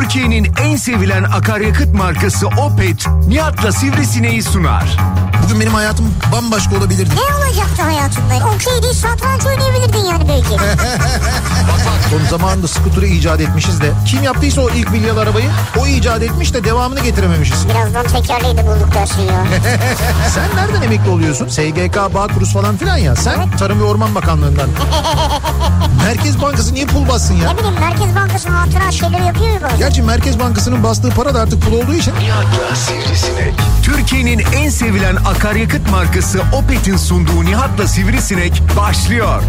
Türkiye'nin en sevilen akaryakıt markası Opet, Nihat'la Sivrisineği sunar. Bugün benim hayatım bambaşka olabilirdi. Ne olacaktı hayatında? Okey değil, satranç oynayabilirdin yani belki. Son zamanında skuter'ı icat etmişiz de. Kim yaptıysa o ilk milyalı arabayı o icat etmiş de devamını getirememişiz. Birazdan tekerleği de bulduk dersin ya. Sen nereden emekli oluyorsun? SGK, Bağkuruz falan filan ya. Sen evet. Tarım ve Orman Bakanlığı'ndan. Merkez Bankası niye pul bassın ya? Ne bileyim, Merkez Bankası hatıra şeyleri yapıyor ya bazen. Gerçi Merkez Bankası'nın bastığı para da artık pul olduğu için. Nihat'la Sivrisinek. Türkiye'nin en sevilen akaryakıt markası Opet'in sunduğu Nihat'la Sivrisinek başlıyor.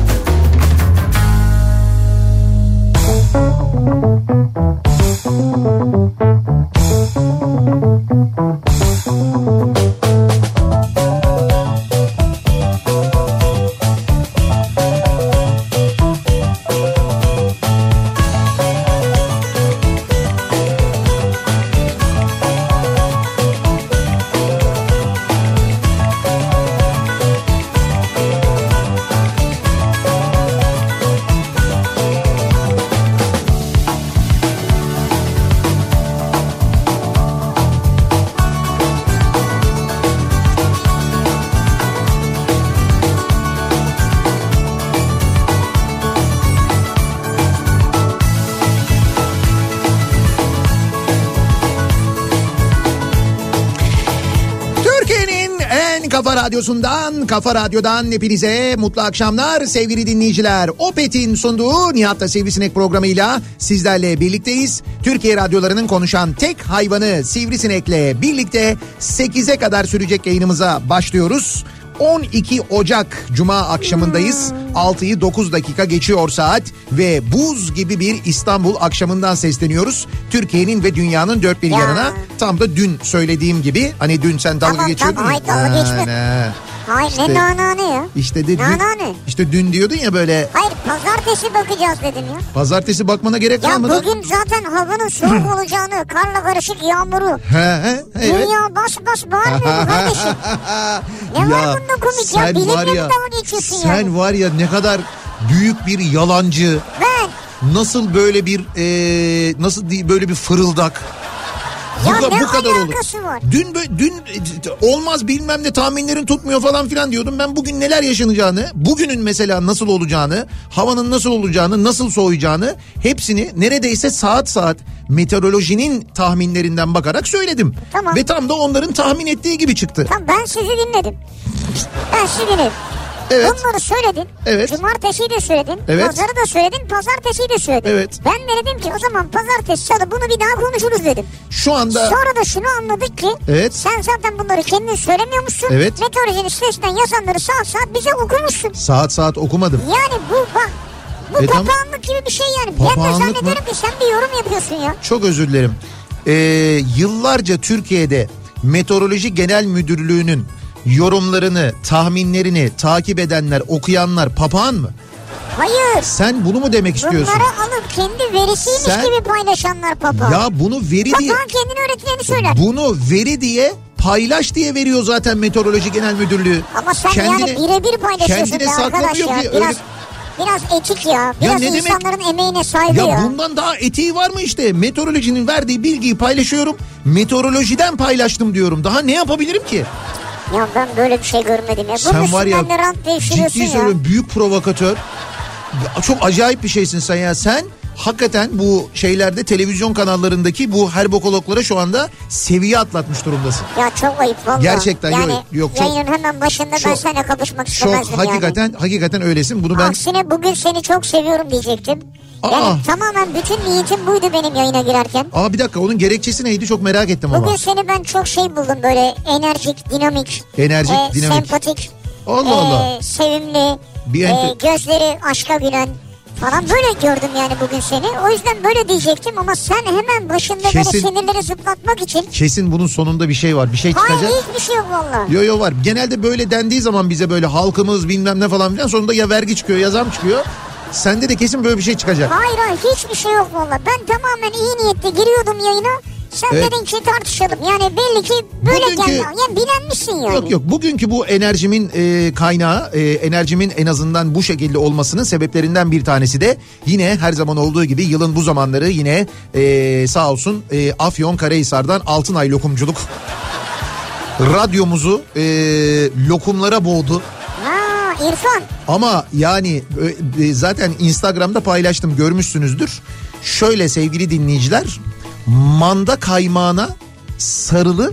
Kafa Radyo'dan hepinize mutlu akşamlar sevgili dinleyiciler. Opet'in sunduğu Nihat'la Sivrisinek programıyla sizlerle birlikteyiz. Türkiye radyolarının konuşan tek hayvanı Sivrisinek'le birlikte 8'e kadar sürecek yayınımıza başlıyoruz. 12 Ocak Cuma akşamındayız. 6'yı 9 dakika geçiyor saat ve buz gibi bir İstanbul akşamından sesleniyoruz. Türkiye'nin ve dünyanın dört bir yanına. Tam da dün söylediğim gibi, hani dün sen dalga geçiyordun. Tamam, hayır dalga geçme. Hayır işte, ne nane ya? İşte de dün, işte dün diyordun ya böyle. Hayır, pazartesi bakacağız dedin ya. Pazartesi bakmana gerek ya kalmadı. Ya bugün zaten havanın soğuk olacağını, karla karışık yağmuru. Evet. Dünya bas bağırmıyor mu kardeşim? Ne var bunda komik ya? Bilimle mi dalga geçiyorsun ya? Sen var ya, ne kadar büyük bir yalancı. Ben. Nasıl böyle bir böyle bir fırıldak. Bu kadar olur. Var? Dün olmaz bilmem ne, tahminlerin tutmuyor falan filan diyordum. Ben bugün neler yaşanacağını, bugünün mesela nasıl olacağını, havanın nasıl olacağını, nasıl soğuyacağını hepsini neredeyse saat meteorolojinin tahminlerinden bakarak söyledim. Tamam. Ve tam da onların tahmin ettiği gibi çıktı. Tamam, ben sizi dinledim. Evet. Bunları söyledin. Evet. Cumartesiyi de söyledin. Evet. Pazarı da söyledin. Pazartesiyi de söyledin. Evet. Ben de dedim ki o zaman pazartesi, salı bunu bir daha konuşuruz dedim. Şu anda. Sonra da şunu anladık ki. Evet. Sen zaten bunları kendin söylemiyormuşsun. Evet. Meteorolojinin sitesinden yazanları saat bize okumuşsun. Saat okumadım. Yani bu bak. Bu papağanlık gibi bir şey yani. Ben de zannediyorum ki sen bir yorum yapıyorsun ya. Çok özür dilerim. Yıllarca Türkiye'de Meteoroloji Genel Müdürlüğü'nün yorumlarını, tahminlerini takip edenler, okuyanlar papağan mı? Hayır. Sen bunu mu demek istiyorsun? Bunları alıp kendi verisiymiş gibi paylaşanlar papağan. Ya bunu veri diye... Papağan kendini öğrettiğini söyler. Bunu veri diye, paylaş diye veriyor zaten Meteoroloji Genel Müdürlüğü. Ama sen yani birebir paylaşıyorsun be arkadaş ya. Biraz etik ya. Biraz ya insanların emeğine saygı ya. Ya bundan daha etiği var mı işte? Meteorolojinin verdiği bilgiyi paylaşıyorum. Meteorolojiden paylaştım diyorum. Daha ne yapabilirim ki? Ya ben böyle bir şey görmedim ya. Sen var ya, de rant devşiriyorsun ciddi söylüyorum, büyük provokatör. Çok acayip bir şeysin sen ya. Sen hakikaten bu şeylerde, televizyon kanallarındaki bu herbokologlara şu anda seviye atlatmış durumdasın. Ya çok ayıp valla. Gerçekten yani, yok. Yayının hemen başında ben seninle kapışmak istemezdim yani. Hakikaten öylesin. Bunu ben... Aksine bugün seni çok seviyorum diyecektim. Yani tamamen bütün niyetim buydu benim yayına girerken. Bir dakika, onun gerekçesi neydi, çok merak ettim ama. Bugün seni ben çok buldum, böyle enerjik, dinamik. Sempatik. Allah. Sevimli. Gözleri aşka gülen falan, böyle gördüm yani bugün seni. O yüzden böyle diyecektim ama sen hemen başında böyle sinirleri zıplatmak için. Kesin bunun sonunda bir şey var, bir şey çıkacak. Hayır, hiçbir şey yok valla. Yo var. Genelde böyle dendiği zaman bize, böyle halkımız bilmem ne falan filan, sonunda ya vergi çıkıyor ya zam çıkıyor. Sende de kesin böyle bir şey çıkacak. Hayır hiçbir şey yok valla. Ben tamamen iyi niyetle giriyordum yayına. Sen dedin ki tartışalım. Yani belli ki böyle geldi. Yani bilenmişsin yani. Yok. Bugünkü bu enerjimin kaynağı, enerjimin en azından bu şekilde olmasının sebeplerinden bir tanesi de yine her zaman olduğu gibi yılın bu zamanları yine sağ olsun Afyonkarahisar'dan Altınay Lokumculuk radyomuzu lokumlara boğdu. İrfan. Ama yani zaten Instagram'da paylaştım, görmüşsünüzdür. Şöyle sevgili dinleyiciler, manda kaymağına sarılı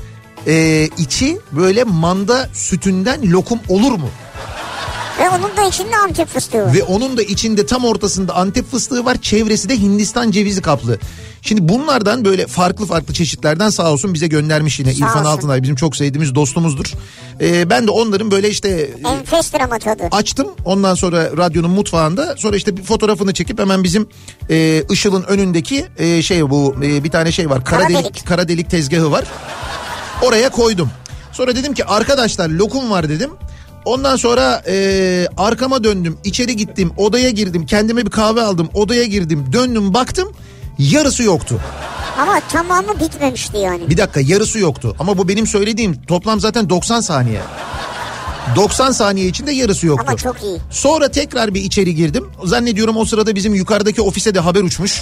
içi böyle manda sütünden lokum olur mu? Ve onun da içinde Antep fıstığı var. Ve onun da içinde tam ortasında Antep fıstığı var, çevresi de Hindistan cevizi kaplı. Şimdi bunlardan böyle farklı çeşitlerden sağ olsun bize göndermiş yine İrfan Altınay, bizim çok sevdiğimiz dostumuzdur. Ben de onların böyle işte enfestir ama tadı. Açtım ondan sonra radyonun mutfağında, sonra işte bir fotoğrafını çekip hemen bizim Işıl'ın önündeki bir tane şey var, kara delik tezgahı var, oraya koydum. Sonra dedim ki arkadaşlar lokum var dedim. Ondan sonra arkama döndüm, içeri gittim, odaya girdim, kendime bir kahve aldım, odaya girdim, döndüm baktım yarısı yoktu. Ama tamamı bitmemişti yani. Bir dakika, yarısı yoktu ama bu benim söylediğim toplam zaten 90 saniye. 90 saniye içinde yarısı yoktu. Ama çok iyi. Sonra tekrar bir içeri girdim, zannediyorum o sırada bizim yukarıdaki ofise de haber uçmuş.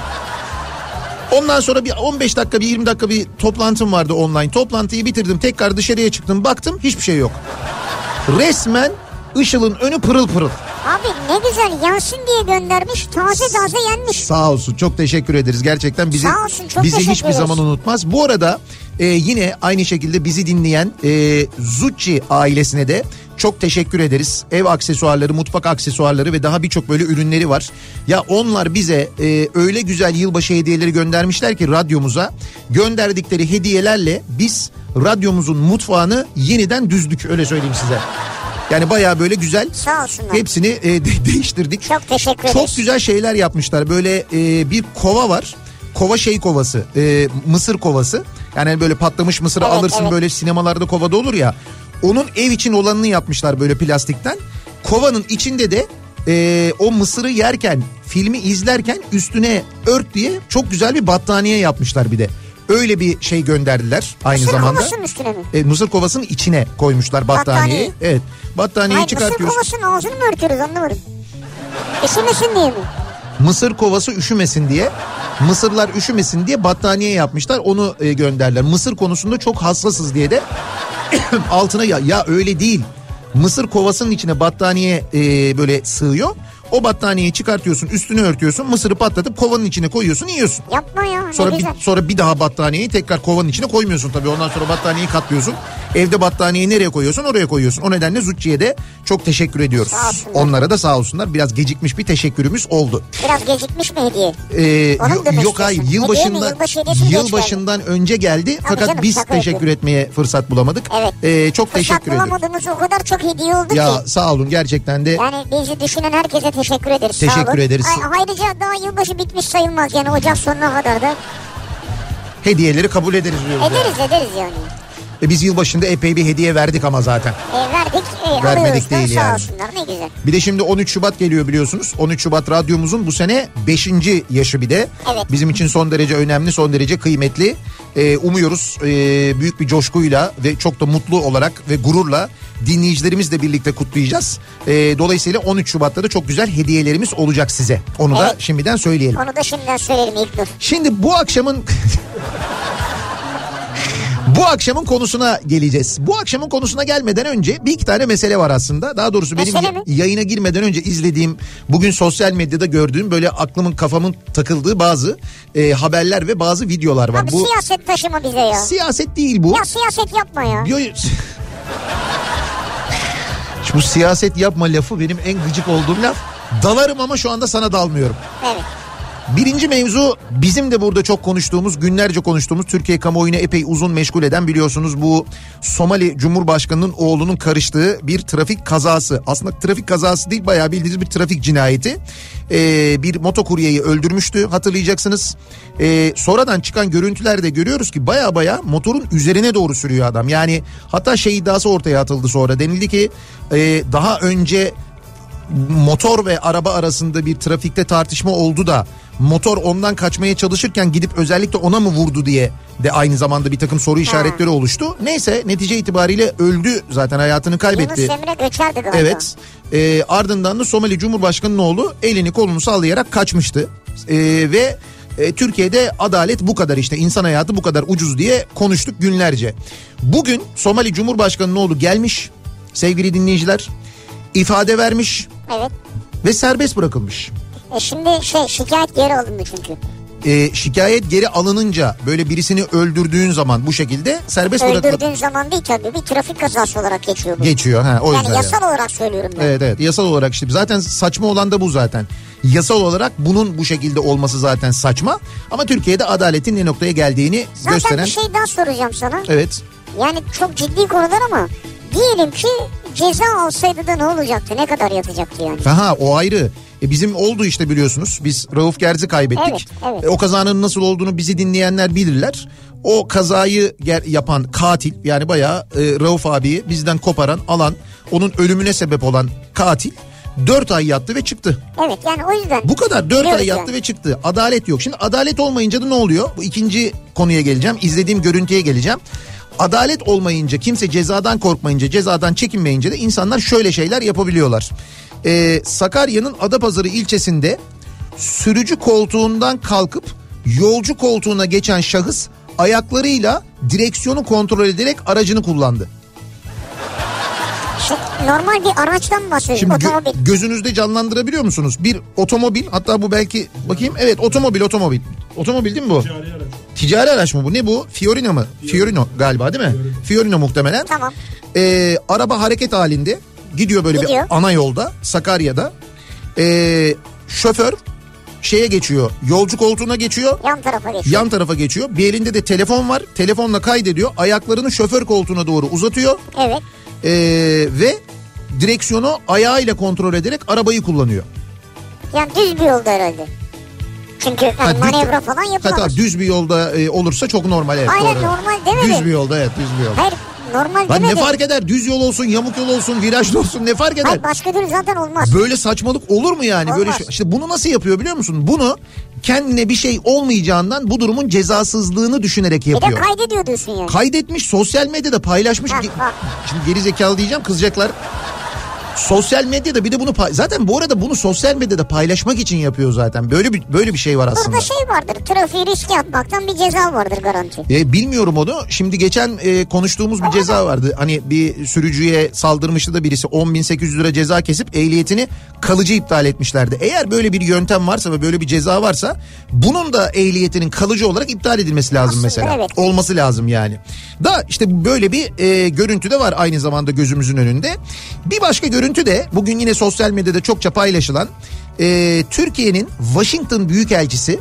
Ondan sonra bir 15 dakika bir 20 dakika bir toplantım vardı online. Toplantıyı bitirdim, tekrar dışarıya çıktım, baktım hiçbir şey yok. Resmen Işıl'ın önü pırıl pırıl. Abi ne güzel, yansın diye göndermiş, taze yenmiş. Sağ olsun, çok teşekkür ederiz gerçekten, bizi hiçbir zaman unutmaz. Bu arada yine aynı şekilde bizi dinleyen Zucchi ailesine de çok teşekkür ederiz. Ev aksesuarları, mutfak aksesuarları ve daha birçok böyle ürünleri var. Ya onlar bize öyle güzel yılbaşı hediyeleri göndermişler ki radyomuza. Gönderdikleri hediyelerle biz radyomuzun mutfağını yeniden düzdük, öyle söyleyeyim size. Yani bayağı böyle güzel. Sağ olsunlar. Hepsini değiştirdik. Çok teşekkür ederiz. Çok güzel şeyler yapmışlar. Böyle bir kova var. Kova kovası. Mısır kovası. Yani böyle patlamış mısırı alırsın, böyle sinemalarda kovada olur ya. Onun ev için olanını yapmışlar böyle plastikten. Kovanın içinde de o mısırı yerken, filmi izlerken üstüne ört diye çok güzel bir battaniye yapmışlar bir de. Öyle bir şey gönderdiler aynı zamanda. Mısır kovasının üstüne mi? Mısır kovasının içine koymuşlar battaniyeyi. Evet. Battaniyeyi çıkartıyorsun. Mısır kovasının ağzını mı örtüyoruz, anlamadım. Üşümesin diye mi? Mısır kovası üşümesin diye, mısırlar üşümesin diye battaniye yapmışlar, onu gönderler. Mısır konusunda çok hassasız diye de altına ya öyle değil. Mısır kovasının içine battaniye böyle sığıyor. O battaniyeyi çıkartıyorsun, üstünü örtüyorsun, mısırı patlatıp kovanın içine koyuyorsun, yiyorsun. Yapma ya, Sonra bir daha battaniyeyi tekrar kovanın içine koymuyorsun tabii. Ondan sonra battaniyeyi katlıyorsun. Evde battaniyeyi nereye koyuyorsun, oraya koyuyorsun. O nedenle Zucchi'ye de çok teşekkür ediyoruz. Onlara da sağ olsunlar. Biraz gecikmiş bir teşekkürümüz oldu. Biraz gecikmiş mi hediye? Yok hayır, yılbaşından önce geldi. Fakat canım, biz teşekkür etmeye fırsat bulamadık. Evet. Çok teşekkür ederim. Fırsat bulamadığımız o kadar çok hediye oldu ki. Ya sağ olun gerçekten de. Yani bizi düşünen herkese teşekkür ederiz. Teşekkür ederiz. Ayrıca daha yılbaşı bitmiş sayılmaz yani, Ocak sonuna kadar da. Hediyeleri kabul ederiz diyoruz. Ederiz yani. Biz yılbaşında epey bir hediye verdik ama zaten. Verdik. Vermedik değil yani. Sağ olsunlar, ne güzel. Bir de şimdi 13 Şubat geliyor biliyorsunuz. 13 Şubat radyomuzun bu sene 5. yaşı bir de. Evet. Bizim için son derece önemli, son derece kıymetli. Umuyoruz büyük bir coşkuyla ve çok da mutlu olarak ve gururla dinleyicilerimizle birlikte kutlayacağız. Dolayısıyla 13 Şubat'ta da çok güzel hediyelerimiz olacak size. Onu da şimdiden söyleyelim. Onu da şimdiden söyleyelim İlknur. Şimdi bu akşamın... Bu akşamın konusuna geleceğiz. Bu akşamın konusuna gelmeden önce bir iki tane mesele var aslında. Daha doğrusu benim yayına girmeden önce izlediğim, bugün sosyal medyada gördüğüm, böyle kafamın takıldığı bazı haberler ve bazı videolar var. Abi bu siyaset taşıma bize ya. Siyaset değil bu. Ya siyaset yapma ya. Bu siyaset yapma lafı benim en gıcık olduğum laf. Dalarım ama şu anda sana dalmıyorum. Evet. Birinci mevzu, bizim de burada çok konuştuğumuz, günlerce konuştuğumuz, Türkiye kamuoyunu epey uzun meşgul eden, biliyorsunuz bu Somali Cumhurbaşkanı'nın oğlunun karıştığı bir trafik kazası. Aslında trafik kazası değil, bayağı bildiğiniz bir trafik cinayeti. Bir motokuryeyi öldürmüştü, hatırlayacaksınız. Sonradan çıkan görüntülerde görüyoruz ki baya motorun üzerine doğru sürüyor adam. Yani hatta iddiası ortaya atıldı sonra. Denildi ki daha önce motor ve araba arasında bir trafikte tartışma oldu da motor ondan kaçmaya çalışırken gidip özellikle ona mı vurdu diye de aynı zamanda bir takım soru işaretleri oluştu. Neyse netice itibariyle öldü, zaten hayatını kaybetti. Yunus Emre Göçer'di galiba. Evet. Ardından da Somali Cumhurbaşkanı'nın oğlu elini kolunu sallayarak kaçmıştı. Ve Türkiye'de adalet bu kadar, işte insan hayatı bu kadar ucuz diye konuştuk günlerce. Bugün Somali Cumhurbaşkanı'nın oğlu gelmiş sevgili dinleyiciler, ifade vermiş. Evet. Ve serbest bırakılmış. Şimdi şikayet geri alındı çünkü. Şikayet geri alınınca, böyle birisini öldürdüğün zaman bu şekilde serbest bırakılır. Öldürdüğün zaman değil tabii, bir trafik kazası olarak geçiyor bu. Geçiyor o yüzden. Yani yasal olarak söylüyorum ben. Evet yasal olarak işte zaten saçma olan da bu zaten. Yasal olarak bunun bu şekilde olması zaten saçma. Ama Türkiye'de adaletin ne noktaya geldiğini zaten gösteren. Bir şey daha soracağım sana. Evet. Yani çok ciddi konular ama diyelim ki ceza alsaydı da ne olacaktı? Ne kadar yatacaktı yani? O ayrı. Bizim oldu işte, biliyorsunuz. Biz Rauf Gerz'i kaybettik. Evet. O kazanın nasıl olduğunu bizi dinleyenler bilirler. O kazayı yapan katil, yani bayağı Rauf abiyi bizden koparan, alan, onun ölümüne sebep olan katil 4 ay yattı ve çıktı. Evet, yani o yüzden. Bu kadar 4 ay yattı ve çıktı. Adalet yok. Şimdi adalet olmayınca da ne oluyor? Bu ikinci konuya geleceğim. İzlediğim görüntüye geleceğim. Adalet olmayınca, kimse cezadan korkmayınca, cezadan çekinmeyince de insanlar şöyle şeyler yapabiliyorlar. Sakarya'nın Adapazarı ilçesinde sürücü koltuğundan kalkıp yolcu koltuğuna geçen şahıs ayaklarıyla direksiyonu kontrol ederek aracını kullandı. Normal bir araçtan mı bahsediyoruz? Şimdi otomobil. Gözünüzde canlandırabiliyor musunuz? Bir otomobil, hatta bu belki bakayım, evet otomobil. Otomobil değil mi bu? Ticari araç. Ticari araç mı bu? Ne bu? Fiorino mu? Fiorino galiba değil mi? Fiorino muhtemelen. Tamam. Araba hareket halinde gidiyor böyle bir ana yolda Sakarya'da. Şoför şeye geçiyor, yolcu koltuğuna geçiyor. Yan tarafa geçiyor. Bir elinde de telefon var. Telefonla kaydediyor. Ayaklarını şoför koltuğuna doğru uzatıyor. Evet. Ve direksiyonu ayağıyla kontrol ederek arabayı kullanıyor. Yani düz bir yolda herhalde. Çünkü manevra falan yapamaz. Hatta düz bir yolda olursa çok normal. Evet, aynen doğru. Normal demedim. Düz bir yolda, evet, düz bir yolda. Hayır, normal demedim. Ne fark eder? Düz yol olsun, yamuk yol olsun, virajlı olsun, ne fark eder? Hayır, başka türlü zaten olmaz. Böyle saçmalık olur mu yani? Olmaz. Böyle işte bunu nasıl yapıyor biliyor musun? Bunu kendine bir şey olmayacağından bu durumun cezasızlığını düşünerek yapıyor. Bir de kaydediyor diyorsun yani. Kaydetmiş, sosyal medyada paylaşmış. Şimdi geri zekalı diyeceğim, kızacaklar. Sosyal medyada bir de bunu zaten bu arada bunu sosyal medyada paylaşmak için yapıyor zaten. Böyle bir şey var aslında. Burada şey vardır, trafiği riske atmaktan bir ceza vardır garanti. Bilmiyorum onu. Şimdi geçen konuştuğumuz bir ceza vardı. Hani bir sürücüye saldırmıştı da birisi 10.800 lira ceza kesip ehliyetini kalıcı iptal etmişlerdi. Eğer böyle bir yöntem varsa ve böyle bir ceza varsa bunun da ehliyetinin kalıcı olarak iptal edilmesi lazım aslında, mesela. Evet. Olması lazım yani. Da işte böyle bir görüntü de var aynı zamanda gözümüzün önünde. Bir başka görüntü de bugün yine sosyal medyada çokça paylaşılan Türkiye'nin Washington Büyükelçisi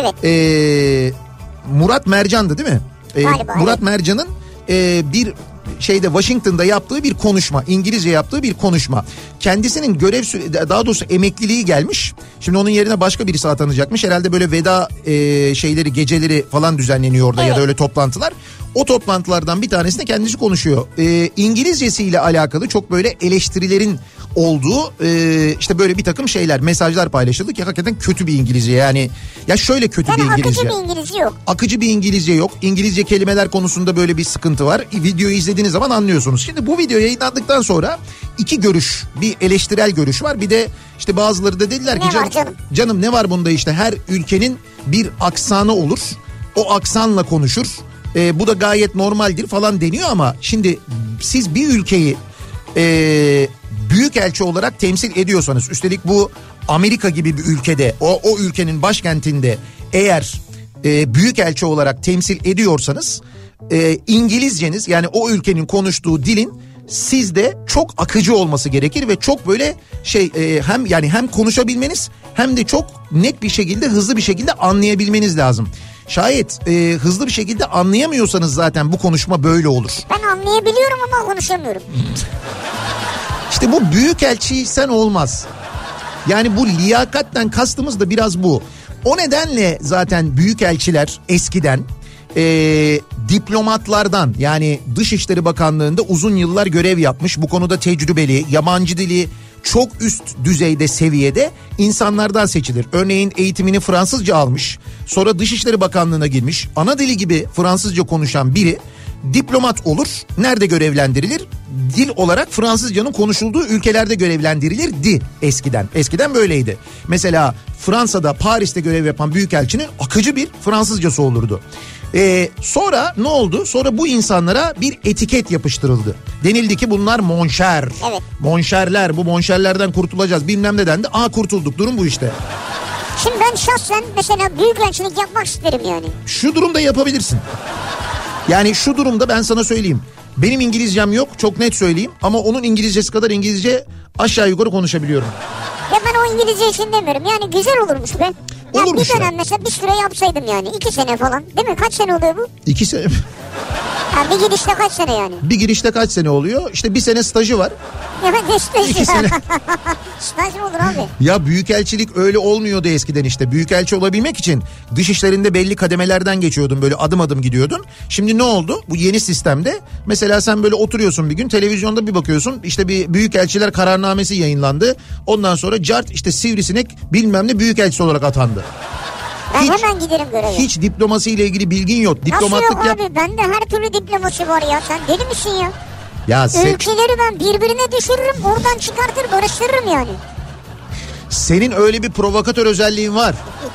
Murat Mercan'dı değil mi? Murat Mercan'ın bir Washington'da yaptığı bir konuşma, İngilizce yaptığı bir konuşma. Kendisinin daha doğrusu emekliliği gelmiş. Şimdi onun yerine başka birisi atanacakmış. Herhalde böyle veda geceleri falan düzenleniyor orada, ya da öyle toplantılar. O toplantılardan bir tanesinde kendisi konuşuyor. İngilizcesiyle alakalı çok böyle eleştirilerin olduğu işte böyle bir takım mesajlar paylaşıldı ki hakikaten kötü bir İngilizce yani. Ya şöyle kötü bir İngilizce. Akıcı bir İngilizce yok. Akıcı bir İngilizce yok. İngilizce kelimeler konusunda böyle bir sıkıntı var. Videoyu izlediğiniz zaman anlıyorsunuz. Şimdi bu video yayınlandıktan sonra iki görüş, bir eleştirel görüş var. Bir de işte bazıları da dediler ki canım ne var bunda, işte her ülkenin bir aksanı olur. O aksanla konuşur. Bu da gayet normaldir falan deniyor ama şimdi siz bir ülkeyi büyükelçi olarak temsil ediyorsanız, üstelik bu Amerika gibi bir ülkede, o ülkenin başkentinde eğer büyükelçi olarak temsil ediyorsanız İngilizceniz, yani o ülkenin konuştuğu dilin sizde çok akıcı olması gerekir ve çok böyle hem konuşabilmeniz hem de çok net bir şekilde, hızlı bir şekilde anlayabilmeniz lazım. Şayet hızlı bir şekilde anlayamıyorsanız zaten bu konuşma böyle olur. Ben anlayabiliyorum ama konuşamıyorum. İşte bu büyükelçiysen olmaz. Yani bu liyakatten kastımız da biraz bu. O nedenle zaten büyükelçiler eskiden diplomatlardan, yani Dışişleri Bakanlığı'nda uzun yıllar görev yapmış, bu konuda tecrübeli, yabancı dili çok üst düzeyde seviyede insanlardan seçilir. Örneğin eğitimini Fransızca almış, sonra Dışişleri Bakanlığı'na girmiş, ana dili gibi Fransızca konuşan biri diplomat olur. Nerede görevlendirilir? Dil olarak Fransızcanın konuşulduğu ülkelerde görevlendirilirdi eskiden. Eskiden böyleydi. Mesela Fransa'da, Paris'te görev yapan büyükelçinin akıcı bir Fransızcası olurdu. Sonra ne oldu? Sonra bu insanlara bir etiket yapıştırıldı. Denildi ki bunlar monşer. Evet. Monşerler, bu monşerlerden kurtulacağız bilmem neden de. Kurtulduk, durum bu işte. Şimdi ben şahsen mesela büyükelçilik yapmak isterim yani. Şu durumda yapabilirsin. Yani şu durumda ben sana söyleyeyim. Benim İngilizcem yok, çok net söyleyeyim. Ama onun İngilizcesi kadar İngilizce aşağı yukarı konuşabiliyorum. Ya ben o İngilizce için demiyorum. Yani güzel olurmuş be. Ya olurmuş bir dönem mesela bir süre yapsaydım yani. 2 sene falan. Değil mi? Kaç sene oluyor bu? 2 sene. Yani bir girişte kaç sene yani? Bir girişte kaç sene oluyor? İşte 1 sene stajı var. Evet, ne stajı? 2 sene. Staj mı olur abi? Ya büyükelçilik öyle olmuyordu eskiden işte. Büyükelçi olabilmek için dışişlerinde belli kademelerden geçiyordun, böyle adım adım gidiyordun. Şimdi ne oldu? Bu yeni sistemde mesela sen böyle oturuyorsun bir gün, televizyonda bir bakıyorsun, işte bir büyükelçiler kararnamesi yayınlandı. Ondan sonra cart işte Sivrisinek bilmem ne büyükelçisi olarak atandı. Ben hemen giderim göreve. Hiç diplomasi ile ilgili bilgin yok. Diplomatlık nasıl yok abi? Bende her türlü diplomasi var ya. Sen deli misin ya? Ya ülkeleri ben birbirine düşürürüm, oradan çıkartır barıştırırım yani. Senin öyle bir provokatör özelliğin var.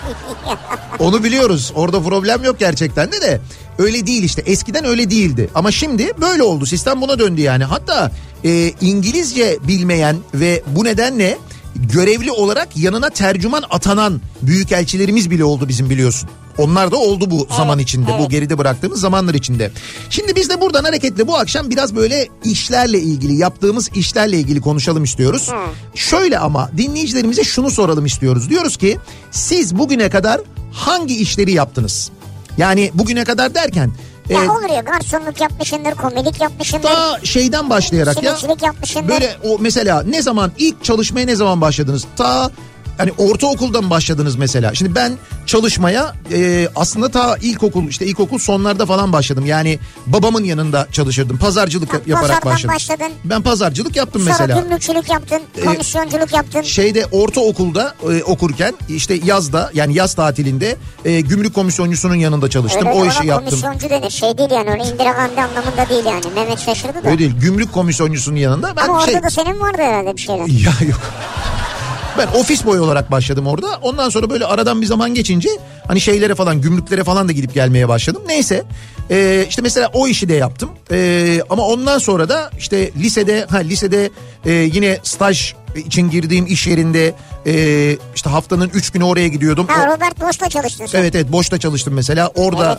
Onu biliyoruz. Orada problem yok gerçekten de. Öyle değil işte. Eskiden öyle değildi. Ama şimdi böyle oldu. Sistem buna döndü yani. Hatta İngilizce bilmeyen ve bu nedenle görevli olarak yanına tercüman atanan büyükelçilerimiz bile oldu bizim, biliyorsun. Onlar da oldu bu zaman içinde, bu geride bıraktığımız zamanlar içinde. Şimdi biz de buradan hareketle bu akşam biraz böyle işlerle ilgili, yaptığımız işlerle ilgili konuşalım istiyoruz. Şöyle, ama dinleyicilerimize şunu soralım istiyoruz. Diyoruz ki siz bugüne kadar hangi işleri yaptınız? Yani bugüne kadar derken... Ya olur ya, garsonluk yapmışındır, komilik yapmışındır. Daha şeyden başlayarak ya. Yapmışındır. Böyle o mesela ne zaman ilk çalışmaya ne zaman başladınız? Hani ortaokuldan başladınız mesela. Şimdi ben çalışmaya aslında ta ilkokul sonlarda falan başladım. Yani babamın yanında çalışırdım. Pazarcılık yaparak başladım. Başladın. Ben pazarcılık yaptım sonra mesela. Sonra gümrükçülük yaptın, komisyonculuk yaptın. Ortaokulda okurken işte yazda, yani yaz tatilinde gümrük komisyoncusunun yanında çalıştım. Öyle, o işi yaptım. Komisyoncu denir, şey değil yani, öyle Indira Gandhi anlamında değil yani. Mehmet şaşırdı da. Öyle değil, gümrük komisyoncusunun yanında. Ben ama orada da senin vardı herhalde bir şeyler. Ya yok. Ben ofis boyu olarak başladım orada. Ondan sonra böyle aradan bir zaman geçince hani şeylere falan, gümrüklere falan da gidip gelmeye başladım. Neyse işte mesela o işi de yaptım. Ama ondan sonra da işte lisede yine staj için girdiğim iş yerinde işte haftanın 3 günü oraya gidiyordum. Robert Bosch'ta çalıştın sen. Evet, Bosch'ta çalıştım mesela. Orada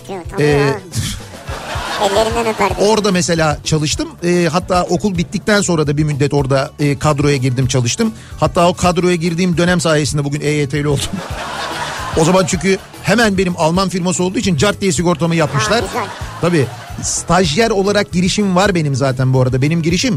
ellerinden öperdim. Orada mesela çalıştım. Hatta okul bittikten sonra da bir müddet orada kadroya girdim, çalıştım. Hatta o kadroya girdiğim dönem sayesinde bugün EYT'li oldum. O zaman çünkü hemen benim Alman firması olduğu için cart diye sigortamı yapmışlar. Tabii stajyer olarak girişim var benim zaten bu arada. Benim girişim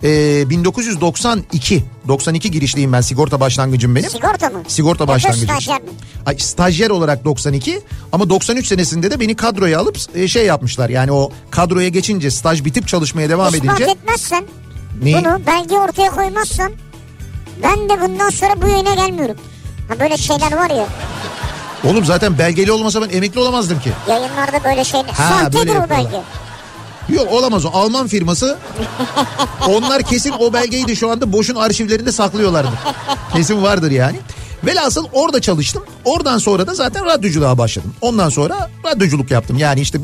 1992 girişliyim ben, sigorta başlangıcım benim. Sigorta mı? Sigorta başlangıcım. Stajyer mi? Stajyer olarak 92 ama 93 senesinde de beni kadroya alıp yapmışlar. Yani o kadroya geçince, staj bitip çalışmaya devam edince. İspat etmezsen, neyi? bunu belge ortaya koymazsan ben de bundan sonra bu yayına gelmiyorum. Böyle şeyler var ya. Oğlum zaten belgeli olmasa ben emekli olamazdım ki. Yayınlarda böyle şeyler. Sahtedir o belge. Yok, olamaz o. Alman firması. Onlar kesin o belgeyi de şu anda Bosch'un arşivlerinde saklıyorlardı. Kesin vardır yani. Velhasıl orada çalıştım. Oradan sonra da zaten radyoculuğa başladım. Ondan sonra radyoculuk yaptım. Yani işte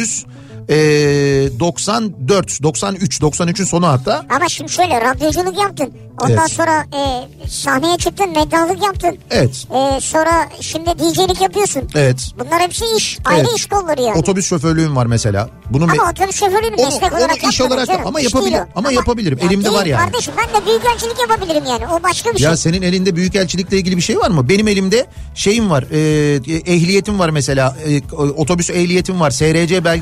93'ün sonu hatta. Ama şimdi şöyle, radyoculuk yaptın. Ondan sonra sahneye çıktın, medyalık yaptın. Evet. Sonra şimdi DJ'lik yapıyorsun. Evet. Bunlar hepsi iş. Ayrı iş kolları yani. Otobüs şoförlüğüm var mesela. Ama otobüs şoförlüğünü meslek olarak iş olarak canım. ama yapabilirim. Ama yapabilirim. Elimde değil, var yani. Kardeşim ben de büyükelçilik yapabilirim yani. O başka bir şey. Ya senin elinde büyükelçilikle ilgili bir şey var mı? Benim elimde şeyim var. Ehliyetim var mesela. Otobüs ehliyetim var. SRC belgem var.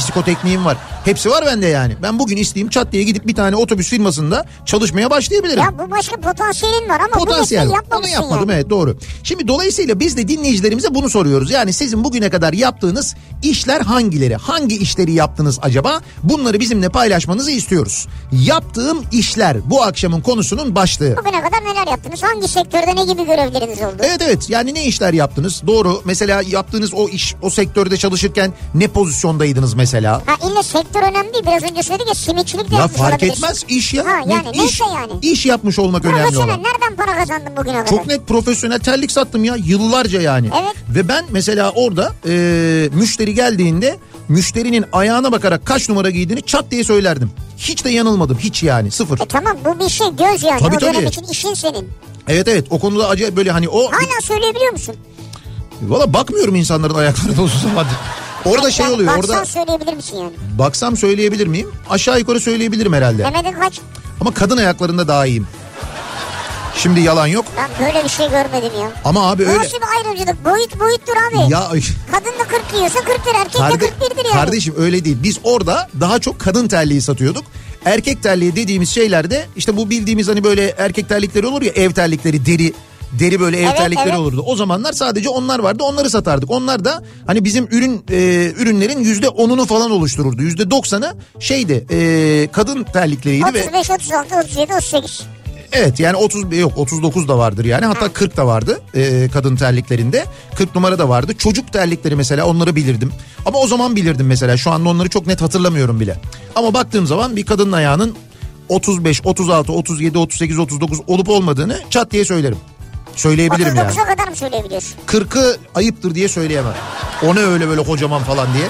psikotekniğim var. Hepsi var bende yani. Ben bugün isteyeyim çat diye gidip bir tane otobüs firmasında çalışmaya başlayabilirim. Ya bu başka potansiyelin var ama potansiyel. Bu yapmamışsın. Onu yapmadım yani. Evet doğru. Şimdi dolayısıyla biz de dinleyicilerimize bunu soruyoruz. Yani sizin bugüne kadar yaptığınız işler hangileri? Hangi işleri yaptınız acaba? Bunları bizimle paylaşmanızı istiyoruz. Yaptığım işler bu akşamın konusunun başlığı. Bugüne kadar neler yaptınız? Hangi sektörde ne gibi görevleriniz oldu? Evet yani ne işler yaptınız? Doğru. Mesela yaptığınız o iş, o sektörde çalışırken ne pozisyondaydınız mesela? Ha illa sektör önemli değil. Biraz önce söyledik ya, simitçilik de ya yapmış fark olabilirsin. etmez iş ya. Ha yani neyse yani. İş yapmış olmak önemli olan. Profesyonel, nereden para kazandın bugüne kadar? Çok net profesyonel terlik sattım ya yıllarca yani. Evet. Ve ben mesela orada müşteri geldiğinde müşterinin ayağına bakarak kaç numara giydiğini çat diye söylerdim. Hiç de yanılmadım, hiç yani, sıfır. Tamam, bu bir şey, göz yani. Tabii, o dönem tabii. için işin senin. Evet o konuda acayip böyle hani o... Hala söyleyebiliyor musun? Valla bakmıyorum insanların ayaklarına uzun zamandır. Orada şey oluyor. Baksan orada söyleyebilir misin yani? Baksam söyleyebilir miyim? Aşağı yukarı söyleyebilirim herhalde. Mehmet'in kaç? Ama kadın ayaklarında daha iyiyim. Şimdi yalan yok. Ben böyle bir şey görmedim ya. Ama abi öyle. Nasıl bir ayrımcılık? Boyuttur abi. Ya kadın da 40 giyiyorsa 40'tır, erkek de 41'dir yani. Kardeşim öyle değil. Biz orada daha çok kadın terliği satıyorduk. Erkek terliği dediğimiz şeylerde işte bu bildiğimiz hani böyle erkek terlikleri olur ya, ev terlikleri, deri böyle ev terlikleri olurdu. O zamanlar sadece onlar vardı, onları satardık. Onlar da hani bizim ürünlerin %10'unu falan oluştururdu. %90'ı şeydi, kadın terlikleriydi. 35, 36, 37, 38. Evet yani 39 da vardır yani, hatta 40 da vardı kadın terliklerinde, 40 numara da vardı. Çocuk terlikleri mesela, onları bilirdim ama o zaman bilirdim mesela, şu anda onları çok net hatırlamıyorum bile. Ama baktığım zaman bir kadının ayağının 35, 36, 37, 38, 39 olup olmadığını çat diye söylerim. Söyleyebilirim yani. 39'a kadar mı söyleyebiliyorsun? 40'ı ayıptır diye söyleyemem. O ne öyle böyle kocaman falan diye.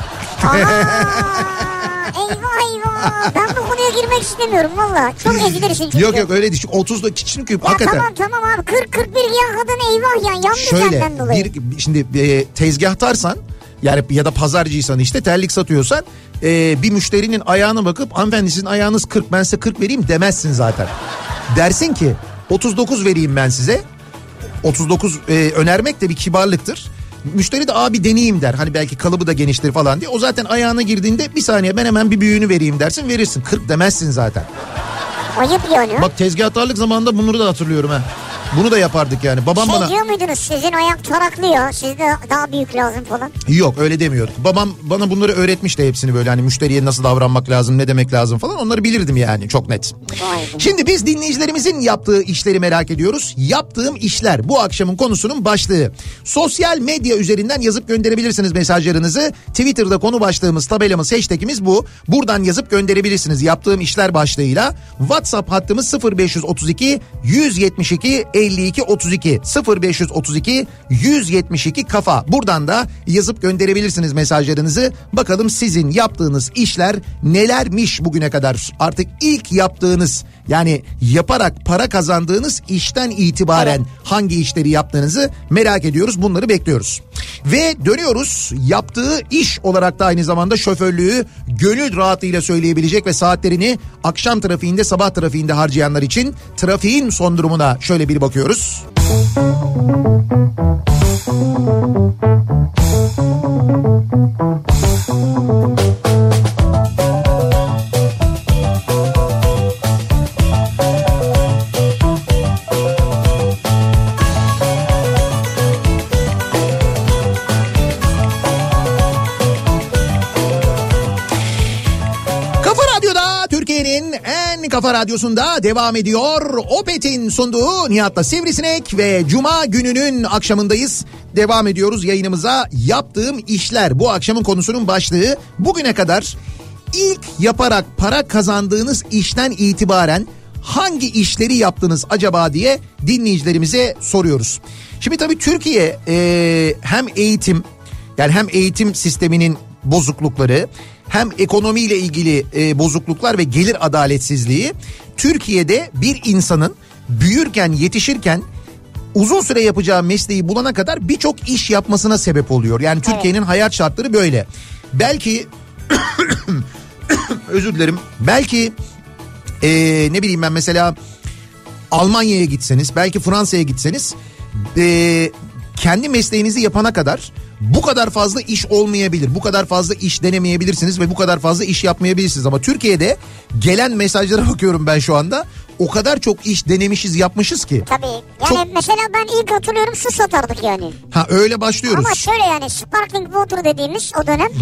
Eyvah. Ben bu konuya girmek istemiyorum valla. Çok ezilirsin çünkü. Yok öyle değil. 30'da çünkü hakikaten. Tamam abi, 40-41 ya kadın, eyvah ya, yandı senden dolayı. Şimdi tezgahtarsan yani ya da pazarcıysan, işte terlik satıyorsan bir müşterinin ayağına bakıp hanımefendi sizin ayağınız 40, ben size 40 vereyim demezsin zaten. Dersin ki 39 vereyim ben size. 39 önermek de bir kibarlıktır. Müşteri de abi deneyeyim der. Hani belki kalıbı da geniştir falan diye. O zaten ayağına girdiğinde bir saniye ben hemen bir büyüğünü vereyim dersin, verirsin. 40 demezsin zaten. Ayıp yani. Bak tezgahtarlık zamanında bunları da hatırlıyorum ha. Bunu da yapardık yani. Babam bana... diyor muydunuz, sizin ayak taraklı ya, sizde daha büyük lazım falan? Yok öyle demiyorduk. Babam bana bunları öğretmişti hepsini, böyle hani müşteriye nasıl davranmak lazım, ne demek lazım falan, onları bilirdim yani çok net. Şimdi biz dinleyicilerimizin yaptığı işleri merak ediyoruz. Yaptığım işler bu akşamın konusunun başlığı. Sosyal medya üzerinden yazıp gönderebilirsiniz mesajlarınızı. Twitter'da konu başlığımız, tabelamız, hashtagimiz bu. Buradan yazıp gönderebilirsiniz yaptığım işler başlığıyla. WhatsApp hattımız 0532 172 52 32 0532 172 kafa. Buradan da yazıp gönderebilirsiniz mesajlarınızı. Bakalım sizin yaptığınız işler nelermiş bugüne kadar? Artık ilk yaptığınız, yani yaparak para kazandığınız işten itibaren hangi işleri yaptığınızı merak ediyoruz. Bunları bekliyoruz. Ve dönüyoruz. Yaptığı iş olarak da aynı zamanda şoförlüğü gönül rahatlığıyla söyleyebilecek ve saatlerini akşam trafiğinde, sabah trafiğinde harcayanlar için trafiğin son durumuna şöyle bir bakıyoruz. Kafa Radyosu'nda devam ediyor. Opet'in sunduğu Nihat'la Sivrisinek ve Cuma gününün akşamındayız. Devam ediyoruz yayınımıza. Yaptığım işler bu akşamın konusunun başlığı. Bugüne kadar ilk yaparak para kazandığınız işten itibaren hangi işleri yaptınız acaba diye dinleyicilerimize soruyoruz. Şimdi tabii Türkiye hem eğitim sisteminin bozuklukları, hem ekonomiyle ilgili bozukluklar ve gelir adaletsizliği Türkiye'de bir insanın büyürken, yetişirken uzun süre yapacağı mesleği bulana kadar birçok iş yapmasına sebep oluyor. Yani Türkiye'nin hayat şartları böyle. Belki özür dilerim. Belki ne bileyim ben, mesela Almanya'ya gitseniz, belki Fransa'ya gitseniz kendi mesleğinizi yapana kadar bu kadar fazla iş olmayabilir. Bu kadar fazla iş denemeyebilirsiniz ve bu kadar fazla iş yapmayabilirsiniz. Ama Türkiye'de gelen mesajlara bakıyorum ben şu anda. O kadar çok iş denemişiz, yapmışız ki. Tabii. Yani mesela ben ilk hatırlıyorum su satardık yani. Ha, öyle başlıyoruz. Ama şöyle yani sparkling water dediğimiz o dönem.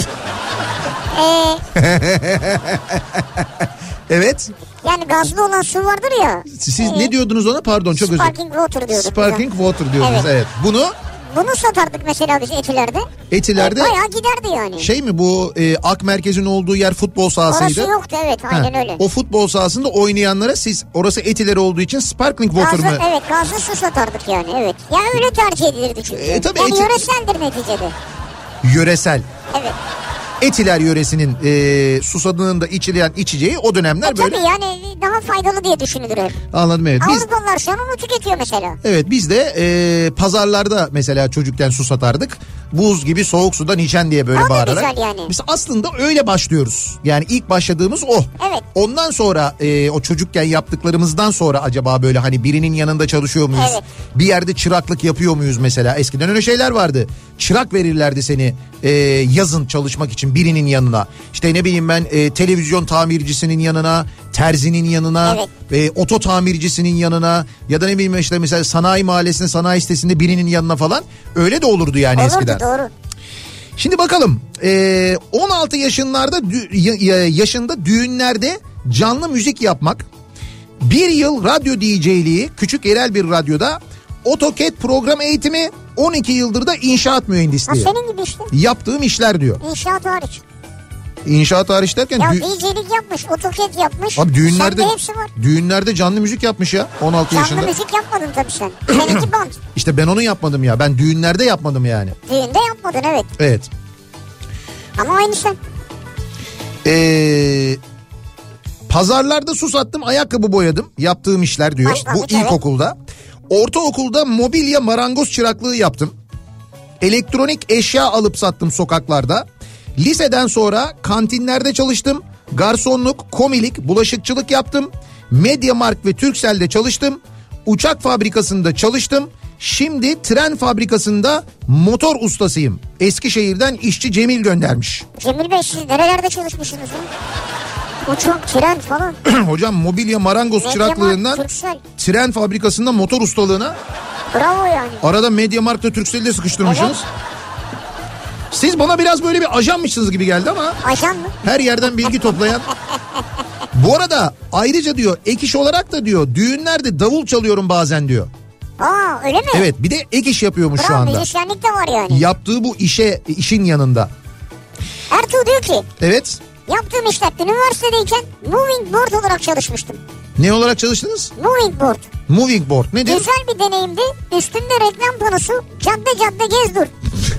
Evet. Yani gazlı olan su vardır ya. Siz ne diyordunuz ona? Pardon, çok özür dilerim. Sparkling water diyorduk. Sparkling water diyordunuz, evet. Bunu satardık mesela biz Etiler'de. Etiler'de. Bayağı giderdi yani. Şey mi bu Ak Merkez'in olduğu yer futbol sahasıydı? Orası yoktu, evet, aynen öyle. O futbol sahasında oynayanlara siz, orası Etiler olduğu için Sparkling water mı? Evet, gazlı su satardık yani, evet. Yani öyle tercih edilirdi çünkü. Tabii yani yöreseldir neticede. Yöresel. Evet. Etiler yöresinin susadığında içilen içeceği o dönemler böyle. Tabii yani daha faydalı diye düşünülür hep. Anladım, evet. Avrupalılar şu an onu tüketiyor mesela. Evet, biz de pazarlarda mesela çocukken su satardık. Buz gibi soğuk sudan içen diye böyle bağırarak. Güzel yani. Biz aslında öyle başlıyoruz. Yani ilk başladığımız o. Evet. Ondan sonra o çocukken yaptıklarımızdan sonra acaba böyle hani birinin yanında çalışıyor muyuz? Evet. Bir yerde çıraklık yapıyor muyuz mesela? Eskiden öyle şeyler vardı. Çırak verirlerdi seni yazın çalışmak için birinin yanına. İşte ne bileyim ben televizyon tamircisinin yanına, terzinin yanına, oto tamircisinin yanına ya da ne bileyim işte mesela sanayi mahallesinde, sanayi sitesinde birinin yanına falan. Öyle de olurdu yani eskiden. Doğru. Şimdi bakalım 16 yaşında düğünlerde canlı müzik yapmak, bir yıl radyo DJ'liği küçük yerel bir radyoda, AutoCAD program eğitimi, 12 yıldır da inşaat mühendisliği. Ha, senin gibi işte. Yaptığım işler diyor. İnşaat hariç. İnşaat hariç derken? Ya DJ'lik yapmış, AutoCAD yapmış. Abi düğünlerde, sende hepsi var. Düğünlerde canlı müzik yapmış ya 16 yaşında. Canlı müzik yapmadın tabii sen. Seninki band. İşte ben onu yapmadım ya. Ben düğünlerde yapmadım yani. Düğünde yapmadın, evet. Evet. Ama aynı sen. Pazarlarda su sattım, ayakkabı boyadım. Yaptığım işler diyor. Bu ilkokulda. Ortaokulda mobilya marangoz çıraklığı yaptım. Elektronik eşya alıp sattım sokaklarda. Liseden sonra kantinlerde çalıştım. Garsonluk, komilik, bulaşıkçılık yaptım. Mediamarkt ve Turkcell'de çalıştım. Uçak fabrikasında çalıştım. Şimdi tren fabrikasında motor ustasıyım. Eskişehir'den işçi Cemil göndermiş. Cemil Bey, siz nerelerde çalışmışsınız? Uçak, tren falan. Hocam mobilya marangoz çıraklığından tren fabrikasında motor ustalığına. Bravo yani. Arada Mediamarkt'ta Turkcell'de sıkıştırmışsınız. Evet. Siz bana biraz böyle bir ajanmışsınız gibi geldi ama. Ajan mı? Her yerden bilgi toplayan. Bu arada ayrıca diyor ek iş olarak da diyor düğünlerde davul çalıyorum bazen diyor. Aa, öyle mi? Evet, bir de ek iş yapıyormuş bravo, şu anda. Müzisyenlik de var yani. Yaptığı bu işin yanında. Ertuğ diyor ki. Evet. Yaptığım işlerde üniversitedeyken moving board olarak çalışmıştım. Ne olarak çalıştınız? Moving board. Moving board nedir? Güzel bir deneyimdi. Üstünde reklam panosu, cadde gez dur.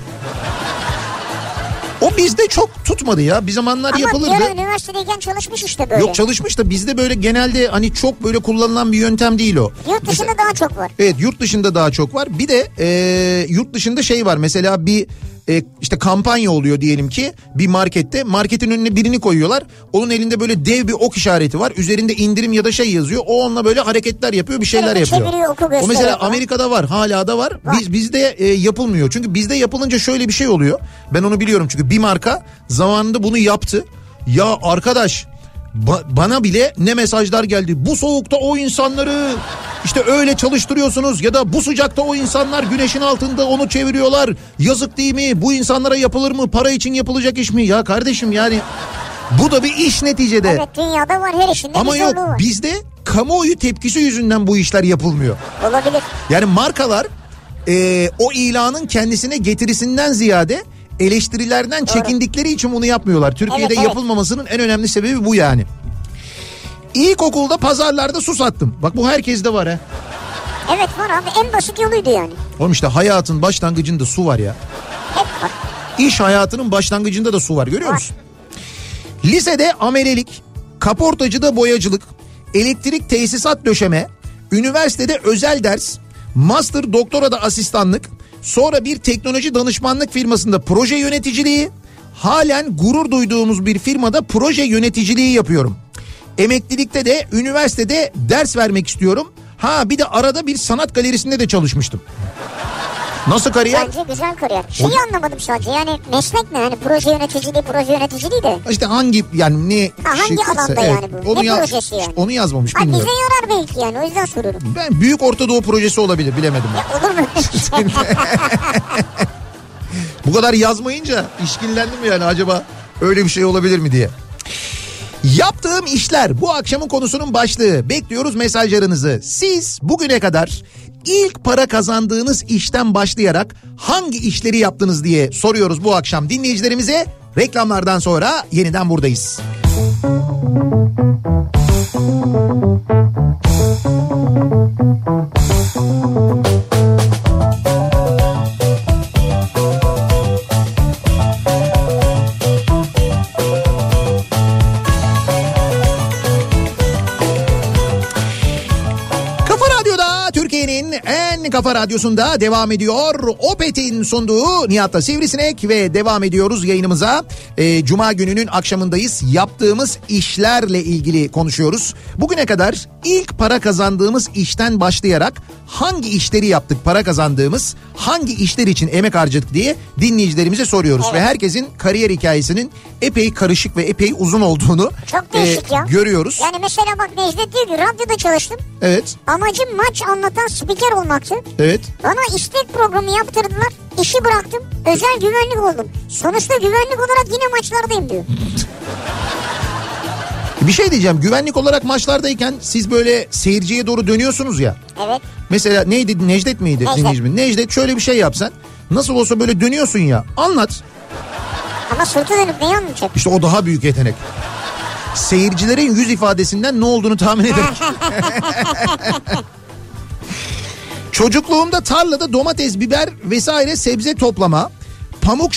O bizde çok tutmadı ya. Bir zamanlar ama yapılırdı. Ama üniversitedeyken çalışmış işte böyle. Yok, çalışmış da bizde böyle genelde hani çok böyle kullanılan bir yöntem değil o. Yurt dışında mesela, daha çok var. Evet, yurt dışında daha çok var. Bir de yurt dışında şey var mesela bir işte kampanya oluyor diyelim ki bir markette. Marketin önüne birini koyuyorlar. Onun elinde böyle dev bir ok işareti var. Üzerinde indirim ya da şey yazıyor. O onunla böyle hareketler yapıyor, bir şeyler yapıyor. Çeviriyor, oku gösteriyor. O mesela Amerika'da var, hala da var. Bizde yapılmıyor. Çünkü bizde yapılınca şöyle bir şey oluyor. Ben onu biliyorum çünkü bir marka zamanında bunu yaptı. Ya arkadaş, bana bile ne mesajlar geldi. Bu soğukta o insanları işte öyle çalıştırıyorsunuz ya da bu sıcakta o insanlar güneşin altında onu çeviriyorlar. Yazık değil mi? Bu insanlara yapılır mı? Para için yapılacak iş mi? Ya kardeşim yani bu da bir iş neticede. Evet, dünyada var, her işinde ama bir zorluğu var. Ama yok, bizde kamuoyu tepkisi yüzünden bu işler yapılmıyor. Olabilir. Yani markalar o ilanın kendisine getirisinden ziyade eleştirilerden çekindikleri için bunu yapmıyorlar. Türkiye'de yapılmamasının en önemli sebebi bu yani. İlkokulda pazarlarda su sattım. Bak bu herkeste var ha. Evet var abi, en basit yoluydu yani. Oğlum işte hayatın başlangıcında su var ya. Hep var. İş hayatının başlangıcında da su var, görüyor musun? Lisede amelelik, kaportacıda boyacılık, elektrik tesisat döşeme, üniversitede özel ders, master doktorada asistanlık, sonra bir teknoloji danışmanlık firmasında proje yöneticiliği, halen gurur duyduğumuz bir firmada proje yöneticiliği yapıyorum. Emeklilikte de üniversitede ders vermek istiyorum. Ha bir de arada bir sanat galerisinde de çalışmıştım. Nasıl kariyer? Bence güzel kariyer. Anlamadım sadece, yani meslek ne? Hani proje yöneticiliği de. İşte hangi yani ne? Hangi alanda yani bu? Ne projesi yani? Onu yazmamış, bilmiyorum. Bize yarar belki yani, o yüzden soruyorum. Ben Büyük Orta Doğu projesi olabilir, bilemedim ben. Ya olur mu? Bu kadar yazmayınca işkillendim yani, acaba öyle bir şey olabilir mi diye. Yaptığım işler bu akşamın konusunun başlığı. Bekliyoruz mesajlarınızı. Siz bugüne kadar ilk para kazandığınız işten başlayarak hangi işleri yaptınız diye soruyoruz bu akşam dinleyicilerimize. Reklamlardan sonra yeniden buradayız. Kafa Radyosu'nda devam ediyor. Opet'in sunduğu Nihat'la Sivrisinek ve devam ediyoruz yayınımıza. Cuma gününün akşamındayız. Yaptığımız işlerle ilgili konuşuyoruz. Bugüne kadar ilk para kazandığımız işten başlayarak hangi işleri yaptık, para kazandığımız, hangi işler için emek harcadık diye dinleyicilerimize soruyoruz. Evet. Ve herkesin kariyer hikayesinin epey karışık ve epey uzun olduğunu çok değişik ya. Görüyoruz. Yani mesela bak, Necdet diyor ki radyoda çalıştım. Evet. Amacım maç anlatan spiker olmaktı. Evet. Bana istek programı yaptırdılar. İşi bıraktım. Özel güvenlik oldum. Sonuçta güvenlik olarak yine maçlardayım diyor. Bir şey diyeceğim. Güvenlik olarak maçlardayken siz böyle seyirciye doğru dönüyorsunuz ya. Evet. Mesela neydi? Necdet miydi? Necdet şöyle bir şey yapsan. Nasıl olsa böyle dönüyorsun ya. Anlat. Ama sırtı dönüp neyi anlatacak? İşte o daha büyük yetenek. Seyircilerin yüz ifadesinden ne olduğunu tahmin ederek. Çocukluğumda tarlada domates, biber vesaire sebze toplama, pamuk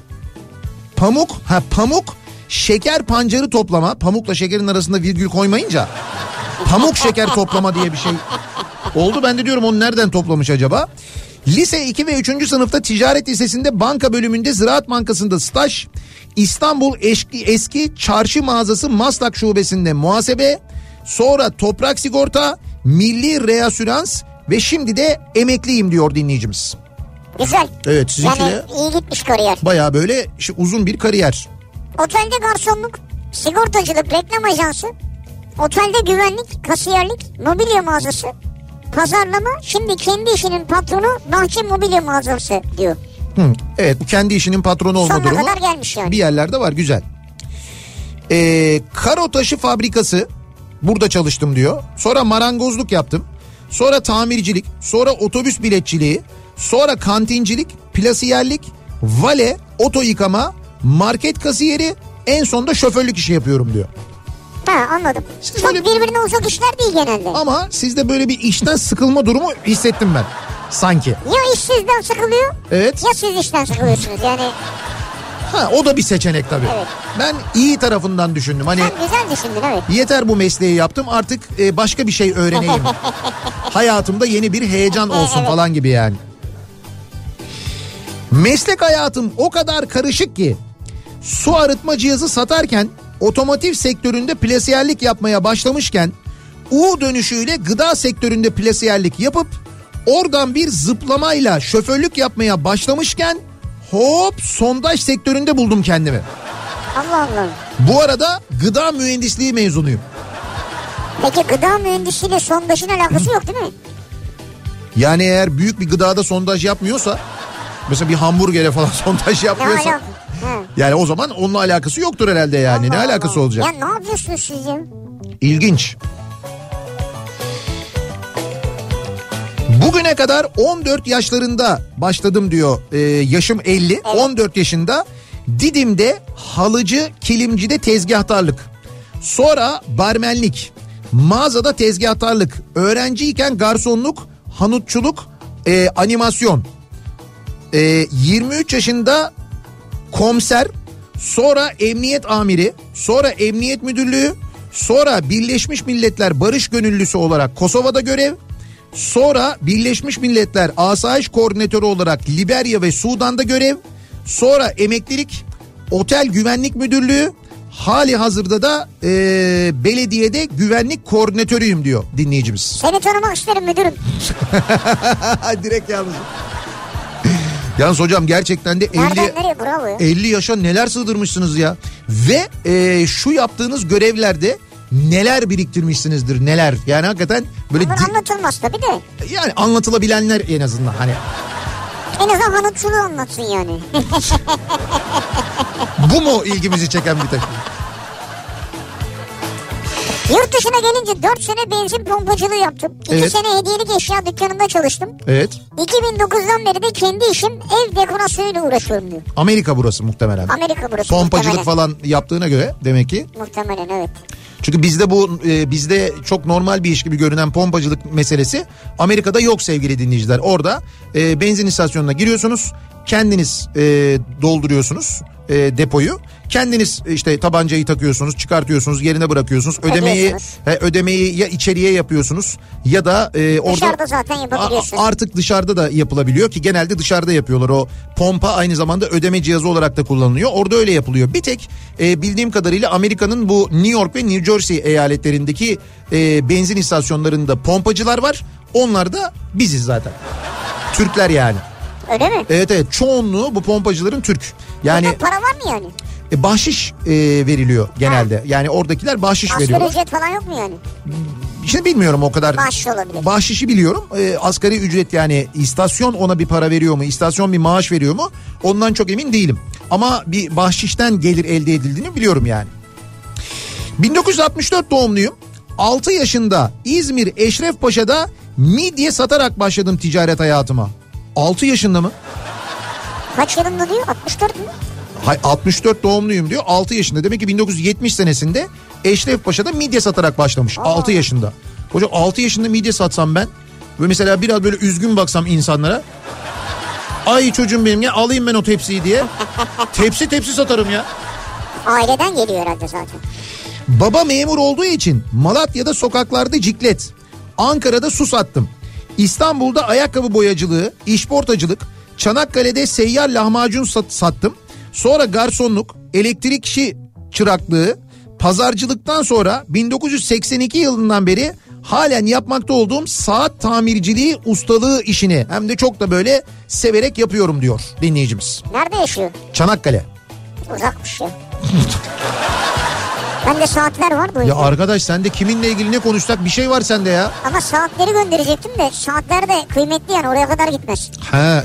şeker pancarı toplama, pamukla şekerin arasında virgül koymayınca pamuk şeker toplama diye bir şey oldu. Ben de diyorum onu nereden toplamış acaba? Lise 2 ve 3. sınıfta ticaret lisesinde banka bölümünde Ziraat Bankası'nda staj, İstanbul eski çarşı mağazası Maslak şubesinde muhasebe, sonra toprak sigorta, milli reasürans ve şimdi de emekliyim diyor dinleyicimiz. Güzel. Evet, sizinki yani de iyi gitmiş kariyer. Bayağı böyle uzun bir kariyer. Otelde garsonluk, sigortacılık, reklam ajansı, otelde güvenlik, kasiyerlik, mobilya mağazası, pazarlama, şimdi kendi işinin patronu bahçe mobilya mağazası diyor. Evet, kendi işinin patronu olma durumu. Sonuna kadar gelmiş yani. Bir yerlerde var, güzel. Karo taşı fabrikası, burada çalıştım diyor. Sonra marangozluk yaptım. Sonra tamircilik, sonra otobüs biletçiliği, sonra kantincilik, plasiyerlik, vale, oto yıkama, market kasiyeri, en sonunda şoförlük işi yapıyorum diyor. Ha, anladım. Çok birbirine uzak işler değil genelde. Ama sizde böyle bir işten sıkılma durumu hissettim ben sanki. Ya iş sizden sıkılıyor, evet, ya siz işten sıkılıyorsunuz yani. Ha, o da bir seçenek tabii. Evet. Ben iyi tarafından düşündüm. Hani sen güzel düşündün, evet. Yeter bu mesleği yaptım, artık başka bir şey öğreneyim. Hayatımda yeni bir heyecan olsun evet, falan gibi yani. Meslek hayatım o kadar karışık ki su arıtma cihazı satarken otomotiv sektöründe plasiyerlik yapmaya başlamışken U dönüşüyle gıda sektöründe plasiyerlik yapıp oradan bir zıplamayla şoförlük yapmaya başlamışken hop sondaj sektöründe buldum kendimi. Allah Allah. Bu arada gıda mühendisliği mezunuyum. Peki gıda mühendisliğiyle sondajın alakası yok değil mi? Yani eğer büyük bir gıdada sondaj yapmıyorsa, mesela bir hamburgere falan sondaj yapmıyorsa, yani o zaman onunla alakası yoktur herhalde yani. Allah, ne alakası olacak? Ya ne yapıyorsunuz siz ya? İlginç. Bugüne kadar 14 yaşlarında başladım diyor. Yaşım 50. Evet. 14 yaşında Didim'de halıcı, kilimcide tezgahtarlık. Sonra barmenlik, mağazada tezgahtarlık, öğrenciyken garsonluk, hanutçuluk, animasyon. 23 yaşında komiser, sonra emniyet amiri, sonra emniyet müdürlüğü, sonra Birleşmiş Milletler Barış Gönüllüsü olarak Kosova'da görev, sonra Birleşmiş Milletler Asayiş Koordinatörü olarak Liberya ve Sudan'da görev, sonra emeklilik, otel güvenlik müdürlüğü, hali hazırda da belediyede güvenlik koordinatörüyüm diyor dinleyicimiz. Seni tanımak isterim müdürüm. Direkt yalnız. Yalnız hocam gerçekten de 50 yaşa neler sığdırmışsınız ya. Ve şu yaptığınız görevlerde neler biriktirmişsinizdir, neler. Yani hakikaten böyle... Bunlar anlatılmaz tabii de. Yani anlatılabilenler en azından hani. En azından hanımçılığı anlatsın yani. Bu mu ilgimizi çeken bir tek? Yurt dışına gelince 4 sene benzin pompacılığı yaptım. 2 sene hediyelik eşya dükkanında çalıştım. Evet. 2009'dan beri de kendi işim ev dekorasyonuyla uğraşıyorum diyor. Amerika burası muhtemelen. Amerika burası pompacılık muhtemelen. falan yaptığına göre demek ki. Muhtemelen evet. Çünkü bizde çok normal bir iş gibi görünen pompacılık meselesi Amerika'da yok sevgili dinleyiciler. Orada benzin istasyonuna giriyorsunuz, kendiniz dolduruyorsunuz depoyu. Kendiniz işte tabancayı takıyorsunuz, çıkartıyorsunuz, yerine bırakıyorsunuz. Ödemeyi ya içeriye yapıyorsunuz ya da orada dışarıda zaten yapabiliyorsunuz. Artık dışarıda da yapılabiliyor ki genelde dışarıda yapıyorlar. O pompa aynı zamanda ödeme cihazı olarak da kullanılıyor. Orada öyle yapılıyor. Bir tek bildiğim kadarıyla Amerika'nın bu New York ve New Jersey eyaletlerindeki benzin istasyonlarında pompacılar var. Onlar da biziz zaten. Türkler yani. Öyle mi? Evet çoğunluğu bu pompacıların Türk. Yani burada para var mı yani? Bahşiş veriliyor genelde. Ha. Yani oradakiler bahşiş veriyorlar. Asgari ücret falan yok mu yani? İşte bilmiyorum o kadar. Bahşiş olabilir. Bahşişi biliyorum. Asgari ücret yani istasyon ona bir para veriyor mu? İstasyon bir maaş veriyor mu? Ondan çok emin değilim. Ama bir bahşişten gelir elde edildiğini biliyorum yani. 1964 doğumluyum. 6 yaşında İzmir Eşrefpaşa'da midye satarak başladım ticaret hayatıma. 6 yaşında mı? Kaç yılında diyor? 64 mü? Hayır 64 doğumluyum diyor. 6 yaşında. Demek ki 1970 senesinde Eşrefpaşa'da midye satarak başlamış. 6 yaşında. Hocam 6 yaşında midye satsam ben ve mesela biraz böyle üzgün baksam insanlara. Ay çocuğum benim ya, alayım ben o tepsiyi diye. Tepsi satarım ya. Aileden geliyor herhalde zaten. Baba memur olduğu için Malatya'da sokaklarda ciklet, Ankara'da su sattım. İstanbul'da ayakkabı boyacılığı, işportacılık, Çanakkale'de seyyar lahmacun sattım. Sonra garsonluk, elektrikçi çıraklığı, pazarcılıktan sonra 1982 yılından beri halen yapmakta olduğum saat tamirciliği ustalığı işini hem de çok da böyle severek yapıyorum diyor dinleyicimiz. Nerede yaşıyor? Çanakkale. Uzakmış ya. Bende saatler var bu yüzden. Ya arkadaş sende kiminle ilgili ne konuşsak bir şey var sende ya. Ama saatleri gönderecektim de saatler de kıymetli yani oraya kadar gitmez. Ha.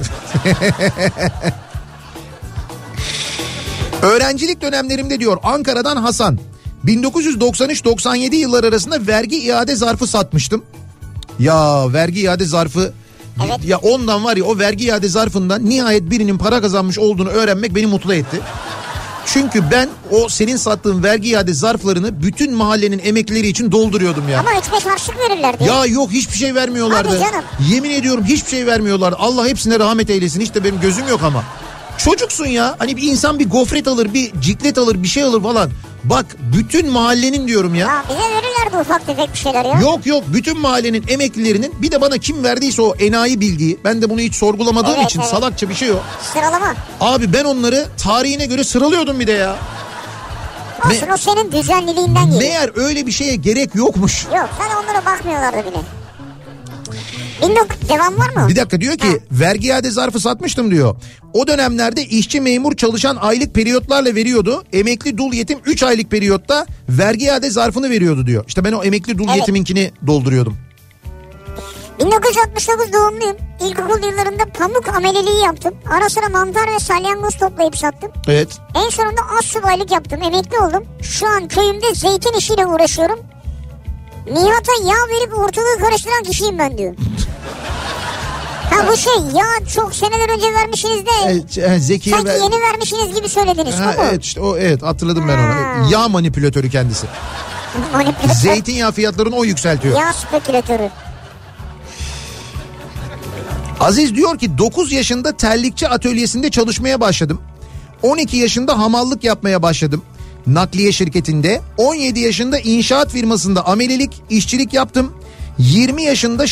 Öğrencilik dönemlerimde diyor Ankara'dan Hasan. 1993-97 yıllar arasında vergi iade zarfı satmıştım. Ya vergi iade zarfı. Evet. Ya ondan var ya o vergi iade zarfından nihayet birinin para kazanmış olduğunu öğrenmek beni mutlu etti. Çünkü ben o senin sattığın vergi iade zarflarını bütün mahallenin emeklileri için dolduruyordum ya. Ama 3-5 harçlık verirlerdi. Ya yok hiçbir şey vermiyorlardı. Hadi canım. Yemin ediyorum hiçbir şey vermiyorlardı. Allah hepsine rahmet eylesin. Hiç de benim gözüm yok ama. Çocuksun ya. Hani bir insan bir gofret alır, bir ciklet alır, bir şey alır falan. Bak bütün mahallenin diyorum ya. Ya bize verirlerdi ufak tefek bir şeyler ya. Yok bütün mahallenin emeklilerinin bir de bana kim verdiyse o enayi bilgiyi. Ben de bunu hiç sorgulamadığım için salakça bir şey o. Sıralama. Abi ben onları tarihine göre sıralıyordum bir de ya. Olsun o senin düzenliliğinden geliyor. Meğer öyle bir şeye gerek yokmuş. Yok sen onlara bakmıyorlardı bile. Devam var mı? Bir dakika diyor ki vergi iade zarfı satmıştım diyor. O dönemlerde işçi memur çalışan aylık periyotlarla veriyordu. Emekli dul yetim 3 aylık periyotta vergi iade zarfını veriyordu diyor. İşte ben o emekli dul yetiminkini dolduruyordum. 1969 doğumluyum. İlkokul yıllarında pamuk ameliliği yaptım. Ara sıra mantar ve salyangoz toplayıp sattım. Evet. En sonunda astsubaylık yaptım. Emekli oldum. Şu an köyümde zeytin işiyle uğraşıyorum. Nihat'a yağ verip ortalığı karıştıran kişiyim ben diyor. Ha bu ya çok seneler önce vermişsiniz de Zekiye sanki yeni vermişsiniz gibi söylediniz. Evet işte o hatırladım ben onu. Yağ manipülatörü kendisi. Manipülatör. Zeytinyağı fiyatlarını o yükseltiyor. Yağ spekülatörü. Aziz diyor ki 9 yaşında terlikçi atölyesinde çalışmaya başladım. 12 yaşında hamallık yapmaya başladım. Nakliye şirketinde 17 yaşında inşaat firmasında amelelik, işçilik yaptım. 20 yaşında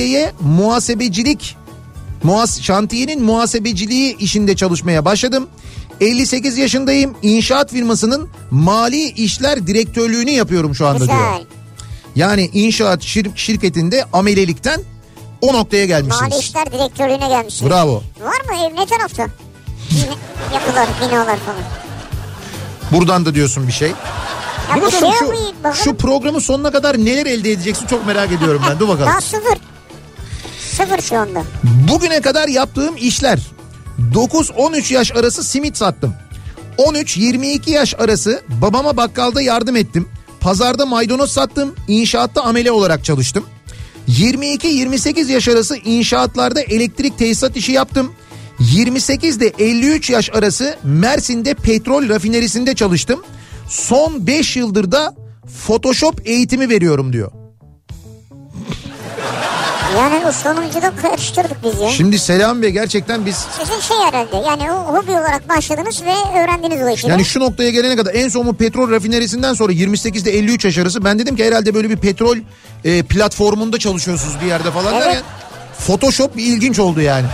şantiyenin muhasebeciliği işinde çalışmaya başladım. 58 yaşındayım. İnşaat firmasının mali işler direktörlüğünü yapıyorum şu anda diyor. Yani inşaat şirketinde amelelikten O noktaya gelmişsiniz. Mali İşler Direktörlüğü'ne gelmişsiniz. Bravo. Var mı ev ne tarafta? Yapılar, binalar falan. Buradan da diyorsun bir şey. Ya Dur bakalım şu şu programın sonuna kadar neler elde edeceksin çok merak ediyorum ben. Dur bakalım. Daha sıfır. Sıfır şu anda. Bugüne kadar yaptığım işler. 9-13 yaş arası simit sattım. 13-22 yaş arası babama bakkalda yardım ettim. Pazarda maydanoz sattım. İnşaatta amele olarak çalıştım. 22-28 yaş arası inşaatlarda elektrik tesisat işi yaptım. 28 ile 53 yaş arası Mersin'de petrol rafinerisinde çalıştım. Son 5 yıldır da Photoshop eğitimi veriyorum diyor. Yani o sonuncuda karıştırdık biz ya. Şimdi Selami Bey gerçekten biz... Sizin şey herhalde yani o hobi olarak başladınız ve öğrendiniz o işi. Yani şu noktaya gelene kadar en son bu petrol rafinerisinden sonra 28 ile 53 yaş arası ben dedim ki herhalde böyle bir petrol platformunda çalışıyorsunuz bir yerde falan. Evet. Derken, Photoshop bir ilginç oldu yani.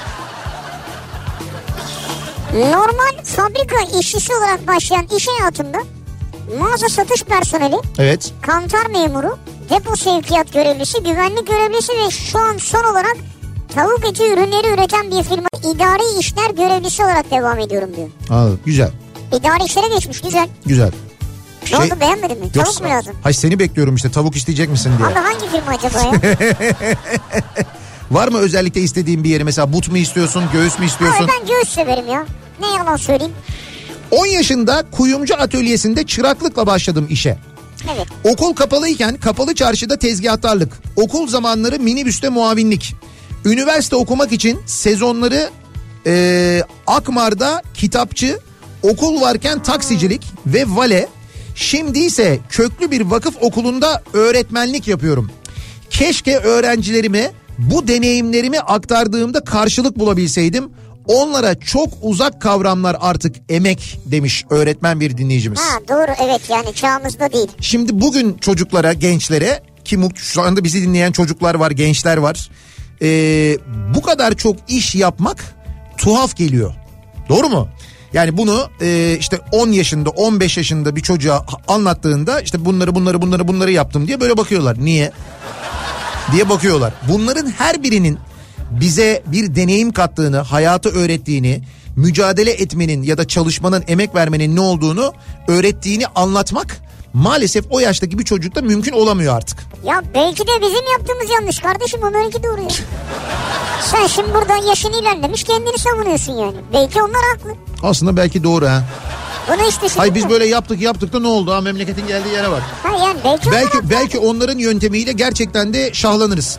Normal fabrika işçisi olarak başlayan iş hayatımda mağaza satış personeli, Evet. kantar memuru, depo sevkiyat görevlisi, güvenlik görevlisi ve şu an son olarak tavuk eti ürünleri üreten bir firma idari işler görevlisi olarak devam ediyorum diyor. Anladım. Güzel. İdari işlere geçmiş, güzel. Güzel. Ne oldu, beğenmedin mi? Tavuk mu lazım? Hayır seni bekliyorum işte tavuk isteyecek misin diye. Abi hangi firma acaba ya? Var mı özellikle istediğin bir yeri mesela but mu istiyorsun göğüs mü istiyorsun? Abi ben göğüs severim ya. Ne yalan söyleyeyim. 10 yaşında kuyumcu atölyesinde çıraklıkla başladım işe. Evet. Okul kapalıyken kapalı çarşıda tezgahtarlık. Okul zamanları minibüste muavinlik. Üniversite okumak için sezonları Akmar'da kitapçı, okul varken taksicilik ve vale. Şimdi ise köklü bir vakıf okulunda öğretmenlik yapıyorum. Keşke öğrencilerime bu deneyimlerimi aktardığımda karşılık bulabilseydim. Onlara çok uzak kavramlar artık emek demiş öğretmen bir dinleyicimiz. Ha doğru, evet, yani çağımızda değil. Şimdi bugün çocuklara, gençlere ki şu anda bizi dinleyen çocuklar var, gençler var. Bu kadar çok iş yapmak tuhaf geliyor. Doğru mu? Yani bunu işte 10 yaşında 15 yaşında bir çocuğa anlattığında işte bunları yaptım diye böyle bakıyorlar. Niye? Diye bakıyorlar. Bunların her birinin bize bir deneyim kattığını, hayatı öğrettiğini, mücadele etmenin ya da çalışmanın, emek vermenin ne olduğunu öğrettiğini anlatmak maalesef o yaştaki bir çocukta mümkün olamıyor artık. Ya belki de bizim yaptığımız yanlış kardeşim, onlarınki doğru ya. Sen şimdi buradan yaşın ilerlemiş kendini savunuyorsun yani. Belki onlar haklı. Aslında belki doğru ha. Bunu işte hayır biz böyle yaptık da ne oldu ha, memleketin geldiği yere bak. Ha yani belki onların yöntemiyle gerçekten de şahlanırız.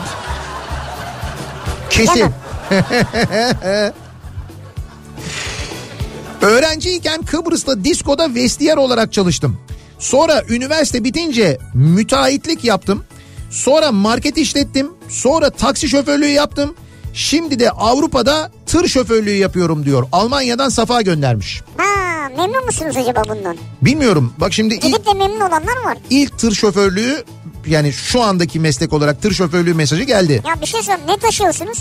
Kesin. Öğrenciyken Kıbrıs'ta diskoda vestiyer olarak çalıştım. Sonra üniversite bitince müteahhitlik yaptım. Sonra market işlettim. Sonra taksi şoförlüğü yaptım. Şimdi de Avrupa'da tır şoförlüğü yapıyorum diyor. Almanya'dan Safa göndermiş. Ha, memnun musunuz acaba bundan? Bilmiyorum. Bak şimdi gidip de memnun olanlar var. İlk tır şoförlüğü, yani şu andaki meslek olarak tır şoförlüğü mesajı geldi. Ya bir şey sorayım, ne taşıyorsunuz?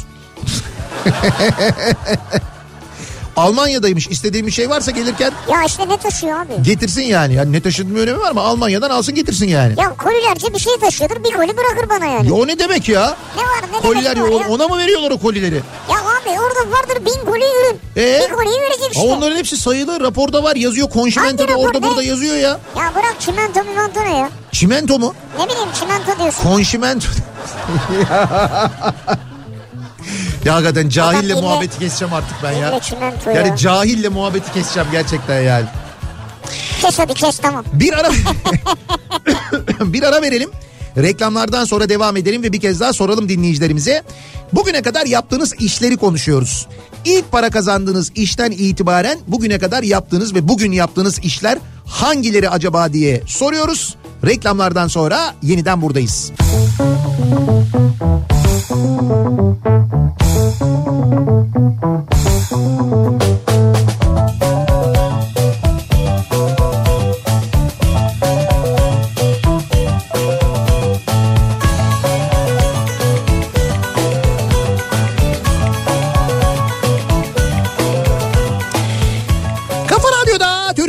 Almanya'daymış, istediğim bir şey varsa gelirken. Ya işte ne taşıyor abi? Getirsin yani. Yani ne taşıdığının önemi var mı? Almanya'dan alsın getirsin yani. Ya kolilerce bir şey taşıyordur, bir koli bırakır bana yani. Ya o ne demek ya? Ne var, ne Koliler demek var ya? Ona mı veriyorlar o kolileri? Ya abi orada vardır 1000 koli ürün. Bir koliyi verecek işte. Onların hepsi sayılı, raporda var, yazıyor. Konşimentoda orada burada yazıyor ya. Ya bırak çimento ne ya? Çimento mu? Ne bileyim, çimento diyorsun. Konşimento. Ya hakikaten cahille muhabbeti keseceğim artık ben ya. Yani cahille muhabbeti keseceğim gerçekten yani. Kes hadi kes, tamam. Bir ara verelim. Reklamlardan sonra devam edelim ve bir kez daha soralım dinleyicilerimize. Bugüne kadar yaptığınız işleri konuşuyoruz. İlk para kazandığınız işten itibaren bugüne kadar yaptığınız ve bugün yaptığınız işler hangileri acaba diye soruyoruz. Reklamlardan sonra yeniden buradayız.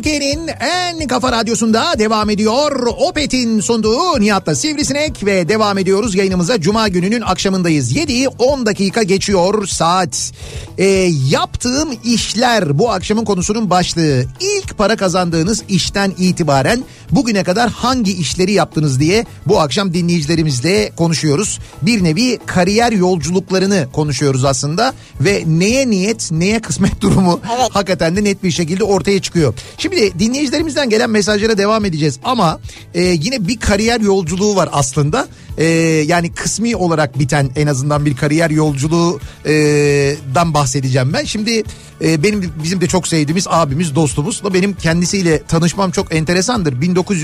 Türkiye'nin en kafa radyosunda devam ediyor. Opet'in sunduğu Nihat'la Sivrisinek ve devam ediyoruz yayınımıza. Cuma gününün akşamındayız. 7'yi 10 dakika geçiyor saat. Yaptığım işler bu akşamın konusunun başlığı. İlk para kazandığınız işten itibaren bugüne kadar hangi işleri yaptınız diye bu akşam dinleyicilerimizle konuşuyoruz. Bir nevi kariyer yolculuklarını konuşuyoruz aslında ve neye niyet, neye kısmet durumu hakikaten de net bir şekilde ortaya çıkıyor. Şimdi dinleyicilerimizden gelen mesajlara devam edeceğiz ama yine bir kariyer yolculuğu var aslında. Yani kısmi olarak biten en azından bir kariyer yolculuğundan bahsedeceğim ben. Şimdi bizim de çok sevdiğimiz abimiz, dostumuzla benim kendisiyle tanışmam çok enteresandır.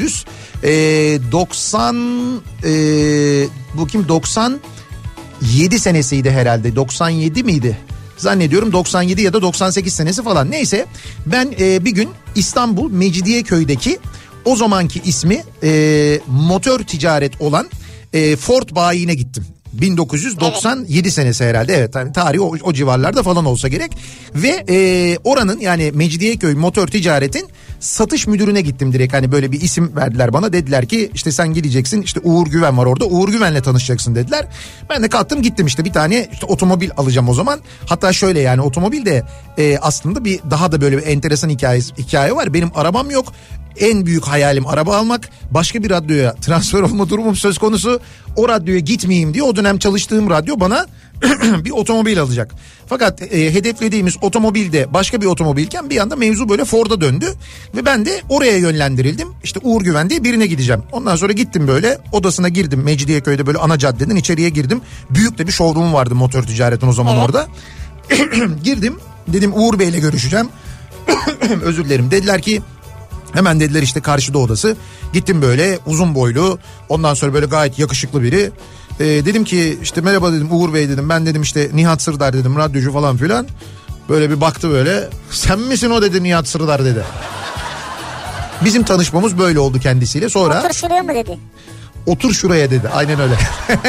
97 senesiydi herhalde. 97 miydi? Zannediyorum 97 ya da 98 senesi falan. Neyse ben bir gün İstanbul Mecidiyeköy'deki o zamanki ismi motor ticaret olan Ford bayiine gittim. 1997 senesi herhalde, evet, yani tarihi o civarlarda falan olsa gerek ve oranın yani Mecidiyeköy Motor Ticaret'in satış müdürüne gittim direkt. Hani böyle bir isim verdiler bana, dediler ki işte sen gideceksin, işte Uğur Güven var orada, Uğur Güven'le tanışacaksın dediler. Ben de kalktım gittim, işte bir tane işte otomobil alacağım o zaman. Hatta şöyle, yani otomobil de aslında bir daha da böyle bir enteresan hikaye var. Benim arabam yok. En büyük hayalim araba almak. Başka bir radyoya transfer olma durumum söz konusu. O radyoya gitmeyeyim diye o dönem çalıştığım radyo bana bir otomobil alacak. Fakat hedeflediğimiz otomobil de başka bir otomobilken bir anda mevzu böyle Ford'a döndü. Ve ben de oraya yönlendirildim. İşte Uğur Güven diye birine gideceğim. Ondan sonra gittim, böyle odasına girdim. Mecidiyeköy'de böyle ana caddeden içeriye girdim. Büyük de bir showroom vardı motor ticaretin o zaman orada. Girdim, dedim Uğur Bey'le görüşeceğim. Özür dilerim. Dediler ki hemen, dediler işte karşıda odası. Gittim, böyle uzun boylu, ondan sonra böyle gayet yakışıklı biri. Dedim ki işte merhaba dedim, Uğur Bey dedim, ben dedim işte Nihat Sırdar dedim, radyocu falan filan. Böyle bir baktı, böyle sen misin o dedi, Nihat Sırdar dedi. Bizim tanışmamız böyle oldu kendisiyle. Sonra otur şuraya mı dedi? Otur şuraya dedi, aynen öyle.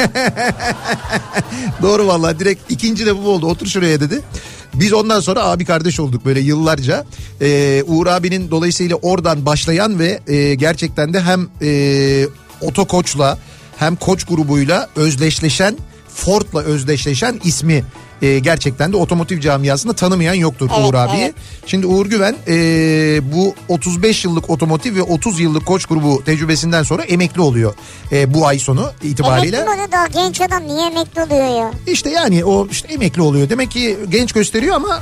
Doğru vallahi, direkt ikinci de bu oldu, otur şuraya dedi. Biz ondan sonra abi kardeş olduk böyle yıllarca. Uğur abinin dolayısıyla oradan başlayan ve gerçekten de hem Otokoç'la hem Koç grubuyla özdeşleşen, Ford'la özdeşleşen ismi gerçekten de otomotiv camiasında tanımayan yoktur, evet, Uğur abiyi. Evet. Şimdi Uğur Güven bu 35 yıllık otomotiv ve 30 yıllık Koç grubu tecrübesinden sonra emekli oluyor bu ay sonu itibariyle. Emekli oluyor, daha genç adam niye emekli oluyor ya? İşte yani o işte emekli oluyor. Demek ki genç gösteriyor ama...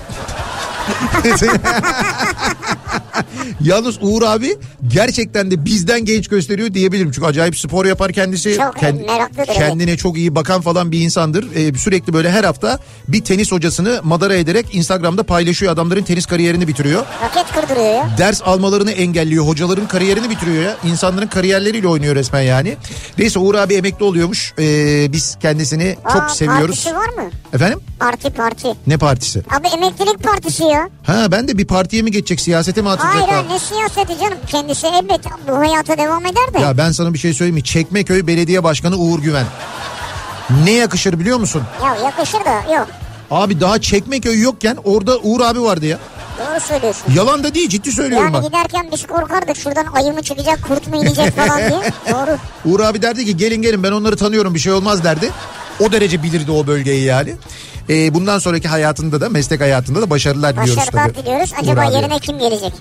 Yalnız Uğur abi gerçekten de bizden genç gösteriyor diyebilirim. Çünkü acayip spor yapar kendisi. Çok meraklıdır. Kendine çok iyi bakan falan bir insandır. Sürekli böyle her hafta bir tenis hocasını madara ederek Instagram'da paylaşıyor. Adamların tenis kariyerini bitiriyor. Raket kırdırıyor ya. Ders almalarını engelliyor. Hocaların kariyerini bitiriyor ya. İnsanların kariyerleriyle oynuyor resmen yani. Neyse Uğur abi emekli oluyormuş. Biz kendisini çok seviyoruz. Partisi var mı? Efendim? Parti. Ne partisi? Abi emeklilik partisi ya. Ha, ben de bir partiye mi geçecek, siyasete mi atılacak? Hayır ne siyaseti canım, kendisi elbet bu hayata devam eder de. Ya ben sana bir şey söyleyeyim mi? Çekmeköy Belediye Başkanı Uğur Güven. Ne yakışır biliyor musun? Ya yakışır da yok. Abi daha Çekmeköy yokken orada Uğur abi vardı ya. Doğru söylüyorsun. Yalan da değil, ciddi söylüyorum yani bak. Giderken biz korkardık şuradan ayı mı çıkacak, kurt mu inecek falan diye. Doğru. Uğur abi derdi ki gelin ben onları tanıyorum, bir şey olmaz derdi. O derece bilirdi o bölgeyi yani. Bundan sonraki hayatında da, meslek hayatında da başarılar diliyoruz tabii. Başarılar diliyoruz. Acaba yerine kim gelecek?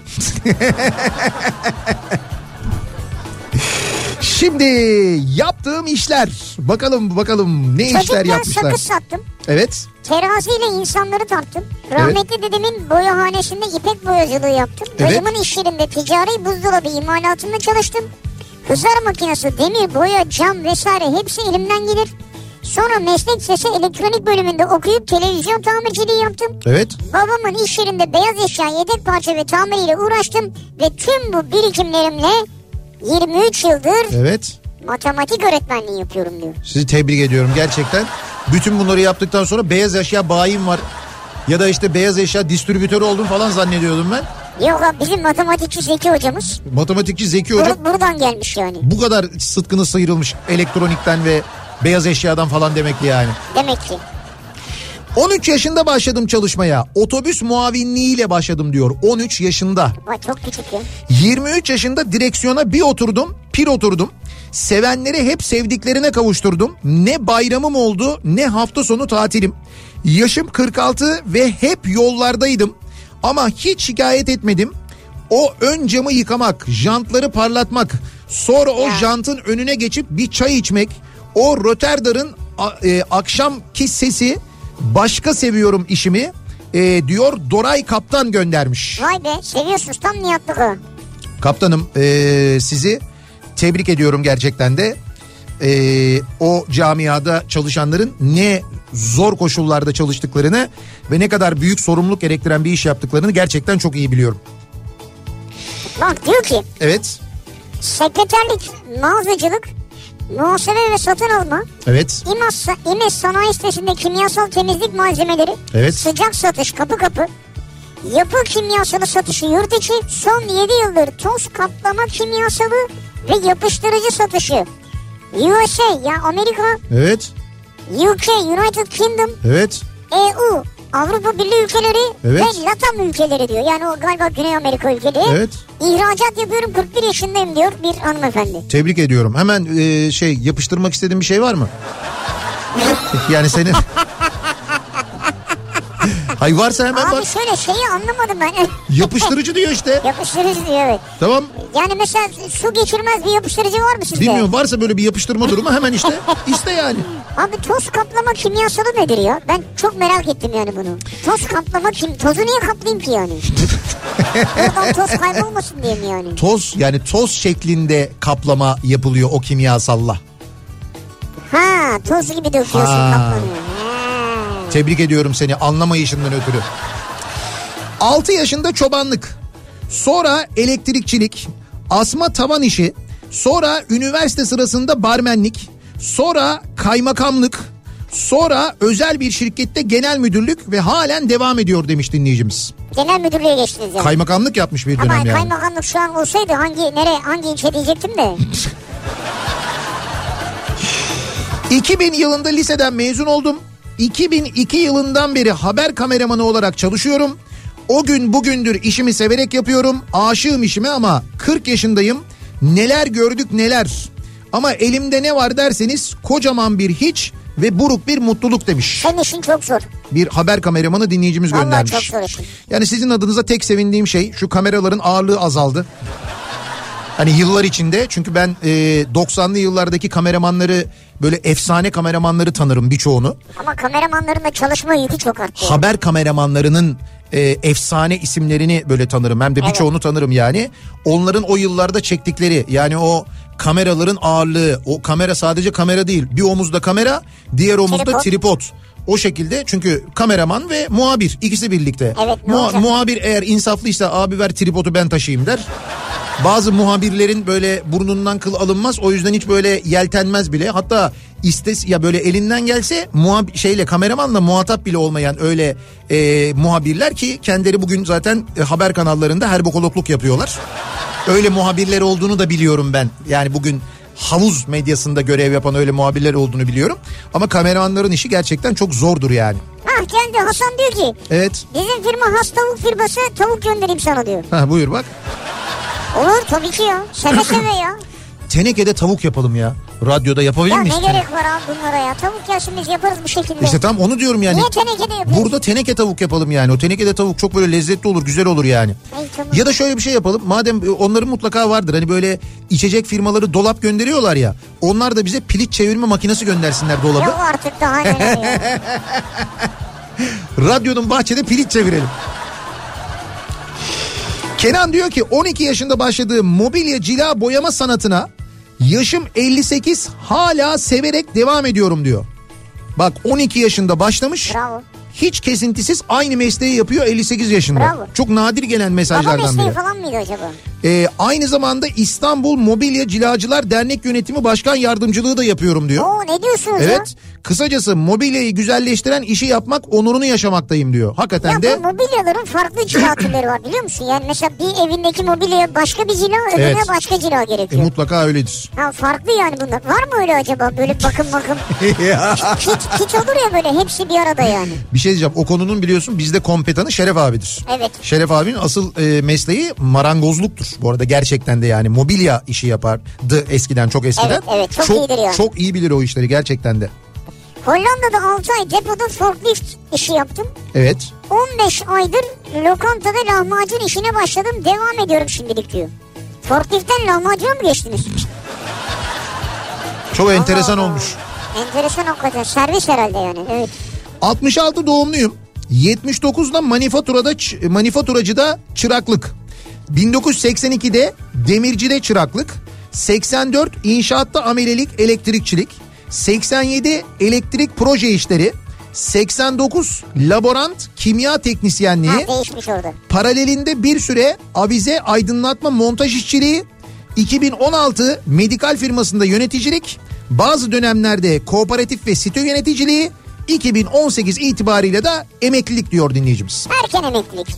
Şimdi yaptığım işler. Bakalım ne işler yapmışlar. Çocukken sakız sattım. Evet. Teraziyle insanları tarttım. Rahmetli dedemin boyahanesinde ipek boyacılığı yaptım. Evet. Dayımın iş yerinde ticari buzdolabı imalatında çalıştım. Hızar makinesi, demir, boya, cam vesaire hepsi elimden gelir. Sonra meslek lisesi elektronik bölümünde okuyup televizyon tamirciliği yaptım. Evet. Babamın iş yerinde beyaz eşya, yedek parça ve tamiriyle uğraştım. Ve tüm bu birikimlerimle 23 yıldır matematik öğretmenliği yapıyorum diyor. Sizi tebrik ediyorum gerçekten. Bütün bunları yaptıktan sonra beyaz eşya bayim var. Ya da işte beyaz eşya distribütörü oldum falan zannediyordum ben. Yok abi, bizim matematikçi Zeki hocamız. Matematikçi Zeki Hoca. Buradan gelmiş yani. Bu kadar sıtkınız sıyrılmış elektronikten ve beyaz eşyadan falan demek ki yani. Demek ki. 13 yaşında başladım çalışmaya. Otobüs muavinliğiyle başladım diyor. 13 yaşında. Vay çok küçük ya. 23 yaşında direksiyona bir oturdum. Pir oturdum. Sevenleri hep sevdiklerine kavuşturdum. Ne bayramım oldu ne hafta sonu tatilim. Yaşım 46 ve hep yollardaydım. Ama hiç şikayet etmedim. O ön camı yıkamak, jantları parlatmak, sonra o jantın önüne geçip bir çay içmek, o Rotterdar'ın akşamki sesi, başka seviyorum işimi diyor Doray Kaptan göndermiş. Vay be, seviyorsunuz tam Nihat'lık o. Kaptanım sizi tebrik ediyorum gerçekten de. O camiada çalışanların ne zor koşullarda çalıştıklarını ve ne kadar büyük sorumluluk gerektiren bir iş yaptıklarını gerçekten çok iyi biliyorum. Bak diyor ki. Evet. Sekreterlik, mağazacılık, muhasebe ve satın alma. Evet. İMES sanayi sitesinde kimyasal temizlik malzemeleri. Evet. Sıcak satış kapı kapı. Yapı kimyasalı satışı yurt içi. Son 7 yıldır toz kaplama kimyasalı ve yapıştırıcı satışı. USA ya Amerika. Evet. UK, United Kingdom. Evet. EU, Avrupa Birliği ülkeleri evet. ve Latam ülkeleri diyor. Yani o galiba Güney Amerika ülkeleri. Evet. İhracat yapıyorum 41 yaşındayım diyor bir hanımefendi. Tebrik ediyorum. Hemen yapıştırmak istediğin bir şey var mı? Yani senin... Hay varsa hemen abi bak. Abi şöyle şeyi anlamadım ben. Yapıştırıcı diyor işte. Yapıştırıcı diyor evet. Tamam. Yani mesela su geçirmez bir yapıştırıcı var mı sizde? Bilmiyorum, varsa böyle bir yapıştırma durumu hemen iste yani. Abi toz kaplama kimyasalı nedir ya? Ben çok merak ettim yani bunu. Toz kaplama tozu niye kaplayayım ki yani? Oradan toz kaybolmasın diye mi yani? Toz, yani toz şeklinde kaplama yapılıyor o kimyasalla. Ha, toz gibi döküyorsun, kaplanıyor. Tebrik ediyorum seni anlamayışından ötürü. 6 yaşında çobanlık, sonra elektrikçilik, asma tavan işi, sonra üniversite sırasında barmenlik, sonra kaymakamlık, sonra özel bir şirkette genel müdürlük ve halen devam ediyor demiş dinleyicimiz. Genel müdürlüğe geçtiniz yani. Kaymakamlık yapmış bir dönem. Ama yani. Kaymakamlık şu an olsaydı hangi ilçe diyecektim de. 2000 yılında liseden mezun oldum. 2002 yılından beri haber kameramanı olarak çalışıyorum. O gün bugündür işimi severek yapıyorum. Aşığım işime ama 40 yaşındayım. Neler gördük neler. Ama elimde ne var derseniz kocaman bir hiç ve buruk bir mutluluk demiş. Senin işin çok zor. Bir haber kameramanı dinleyicimiz vallahi göndermiş. Çok zor işin. Yani sizin adınıza tek sevindiğim şey şu kameraların ağırlığı azaldı. Hani yıllar içinde, çünkü ben 90'lı yıllardaki kameramanları, böyle efsane kameramanları tanırım birçoğunu. Ama kameramanların da çalışma yükü çok arttı. Haber kameramanlarının efsane isimlerini böyle tanırım. Hem de birçoğunu tanırım yani. Onların o yıllarda çektikleri, yani o kameraların ağırlığı, o kamera sadece kamera değil. Bir omuzda kamera, diğer omuzda tripod. O şekilde, çünkü kameraman ve muhabir ikisi birlikte. Evet, muhabir eğer insaflıysa abi ver tripodu ben taşıyayım der. Bazı muhabirlerin böyle burnundan kıl alınmaz, o yüzden hiç böyle yeltenmez bile. Hatta ya böyle elinden gelse kameramanla muhatap bile olmayan öyle muhabirler ki kendileri bugün zaten haber kanallarında herbokologluk yapıyorlar. Öyle muhabirler olduğunu da biliyorum ben. Yani bugün havuz medyasında görev yapan öyle muhabirler olduğunu biliyorum. Ama kameramanların işi gerçekten çok zordur yani. Geldi Hasan diyor ki. Evet. Bizim firma has tavuk firması, tavuk göndereyim sana diyor. Buyur bak. Olur tabii ki ya. Seve seve ya. Tenekede tavuk yapalım ya. Radyoda yapabilir miyiz? Ya ne gerek var abi bunlara ya. Tavuk gelsin biz yaparız bu şekilde. İşte tam onu diyorum yani. Niye tenekede yapıyoruz? Burada teneke tavuk yapalım yani. O tenekede tavuk çok böyle lezzetli olur, güzel olur yani. Tamam. Ya da şöyle bir şey yapalım. Madem onların mutlaka vardır. Hani böyle içecek firmaları dolap gönderiyorlar ya. Onlar da bize piliç çevirme makinesi göndersinler dolabı. Yok artık daha neler ya. Radyonun bahçede piliç çevirelim. Kenan diyor ki 12 yaşında başladığım mobilya cila boyama sanatına yaşım 58, hala severek devam ediyorum diyor. Bak 12 yaşında başlamış. Bravo. Hiç kesintisiz aynı mesleği yapıyor 58 yaşında. Bravo. Çok nadir gelen mesajlardan biri. Baba mesleği falan mıydı acaba? Aynı zamanda İstanbul Mobilya Cilacılar Dernek Yönetimi Başkan Yardımcılığı da yapıyorum diyor. Oo, ne diyorsunuz ya? Evet. Kısacası mobilyayı güzelleştiren işi yapmak, onurunu yaşamaktayım diyor. Hakikaten Ya de. bu mobilyaların farklı cila türleri var biliyor musun? Yani mesela bir evindeki mobilyaya başka bir cila, öbürüne Evet. başka cila gerekiyor. Mutlaka öyledir. Ha, farklı yani bunlar. Var mı öyle acaba böyle bakım kit olur ya böyle hepsi bir arada yani. Bir şey diyeceğim, o konunun biliyorsun bizde kompetanı Şeref abidir. Evet. Şeref abinin asıl mesleği marangozluktur. Bu arada gerçekten de yani mobilya işi yapardı eskiden, çok eskiden. Evet, çok iyidir yani. Çok iyi bilir o işleri gerçekten de. Hollanda'da 6 ay depoda forklift işi yaptım. Evet. 15 aydır lokantada lahmacun işine başladım. Devam ediyorum şimdilik diyor. Forkliftten lahmacuna mı geçtiniz? Çok enteresan olmuş. Enteresan hakikaten. Servis herhalde yani. Evet. 66 doğumluyum. 79'da manifaturacıda çıraklık. 1982'de demircide çıraklık. 84 inşaatta amelelik, elektrikçilik. 87 elektrik proje işleri. 89 laborant kimya teknisyenliği. Ha, değişmiş orada. Paralelinde bir süre avize, aydınlatma, montaj işçiliği. 2016 medikal firmasında yöneticilik. Bazı dönemlerde kooperatif ve site yöneticiliği. 2018 itibariyle de emeklilik diyor dinleyicimiz. Erken emeklilik.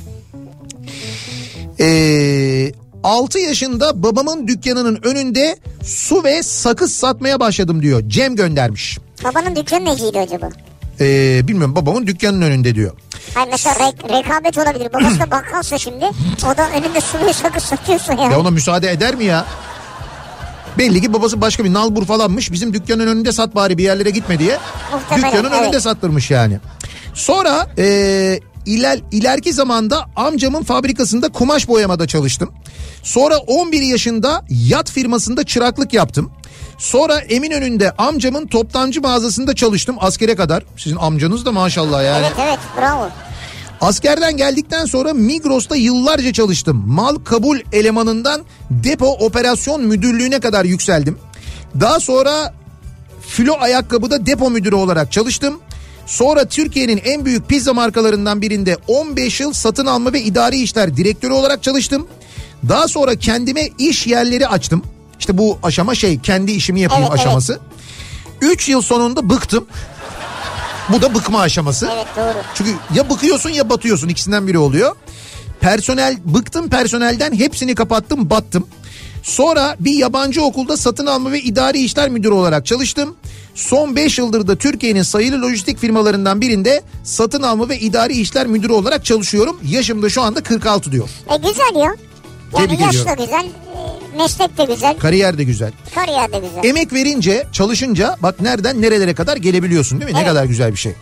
6 yaşında babamın dükkanının önünde su ve sakız satmaya başladım diyor. Cem göndermiş. Babanın dükkanı neciydi acaba? Bilmiyorum, babamın dükkanının önünde diyor. Hayır mesela rekabet olabilir. Babası da bakkalsa şimdi o da önünde su ve sakız satıyorsa yani. Ya ona müsaade eder mi ya? Belli ki babası başka bir nalbur falanmış. Bizim dükkanın önünde sat bari, bir yerlere gitme diye. Muhtemelen, Dükkanın evet. önünde sattırmış yani. Sonra ileriki zamanda amcamın fabrikasında kumaş boyamada çalıştım. Sonra 11 yaşında yat firmasında çıraklık yaptım. Sonra Eminönü'nde amcamın toptancı mağazasında çalıştım askere kadar. Sizin amcanız da maşallah yani. Evet bravo. Askerden geldikten sonra Migros'ta yıllarca çalıştım. Mal kabul elemanından depo operasyon müdürlüğüne kadar yükseldim. Daha sonra Filo ayakkabıda depo müdürü olarak çalıştım. Sonra Türkiye'nin en büyük pizza markalarından birinde 15 yıl satın alma ve idari işler direktörü olarak çalıştım. Daha sonra kendime iş yerleri açtım. İşte bu aşama kendi işimi yapayım aşaması. 3 yıl sonunda bıktım. Bu da bıkma aşaması. Evet, doğru. Çünkü ya bıkıyorsun ya batıyorsun, ikisinden biri oluyor. Bıktım personelden, hepsini kapattım, battım. Sonra bir yabancı okulda satın alma ve idari işler müdürü olarak çalıştım. Son 5 yıldır da Türkiye'nin sayılı lojistik firmalarından birinde satın alma ve idari işler müdürü olarak çalışıyorum. Yaşım da şu anda 46 diyor. Güzel ya. Yani Tebrik yaş ediyorum. da güzel, meslek de güzel. Kariyer de güzel. Kariyer de güzel. Emek verince, çalışınca bak nereden nerelere kadar gelebiliyorsun, değil mi? Evet. Ne kadar güzel bir şey.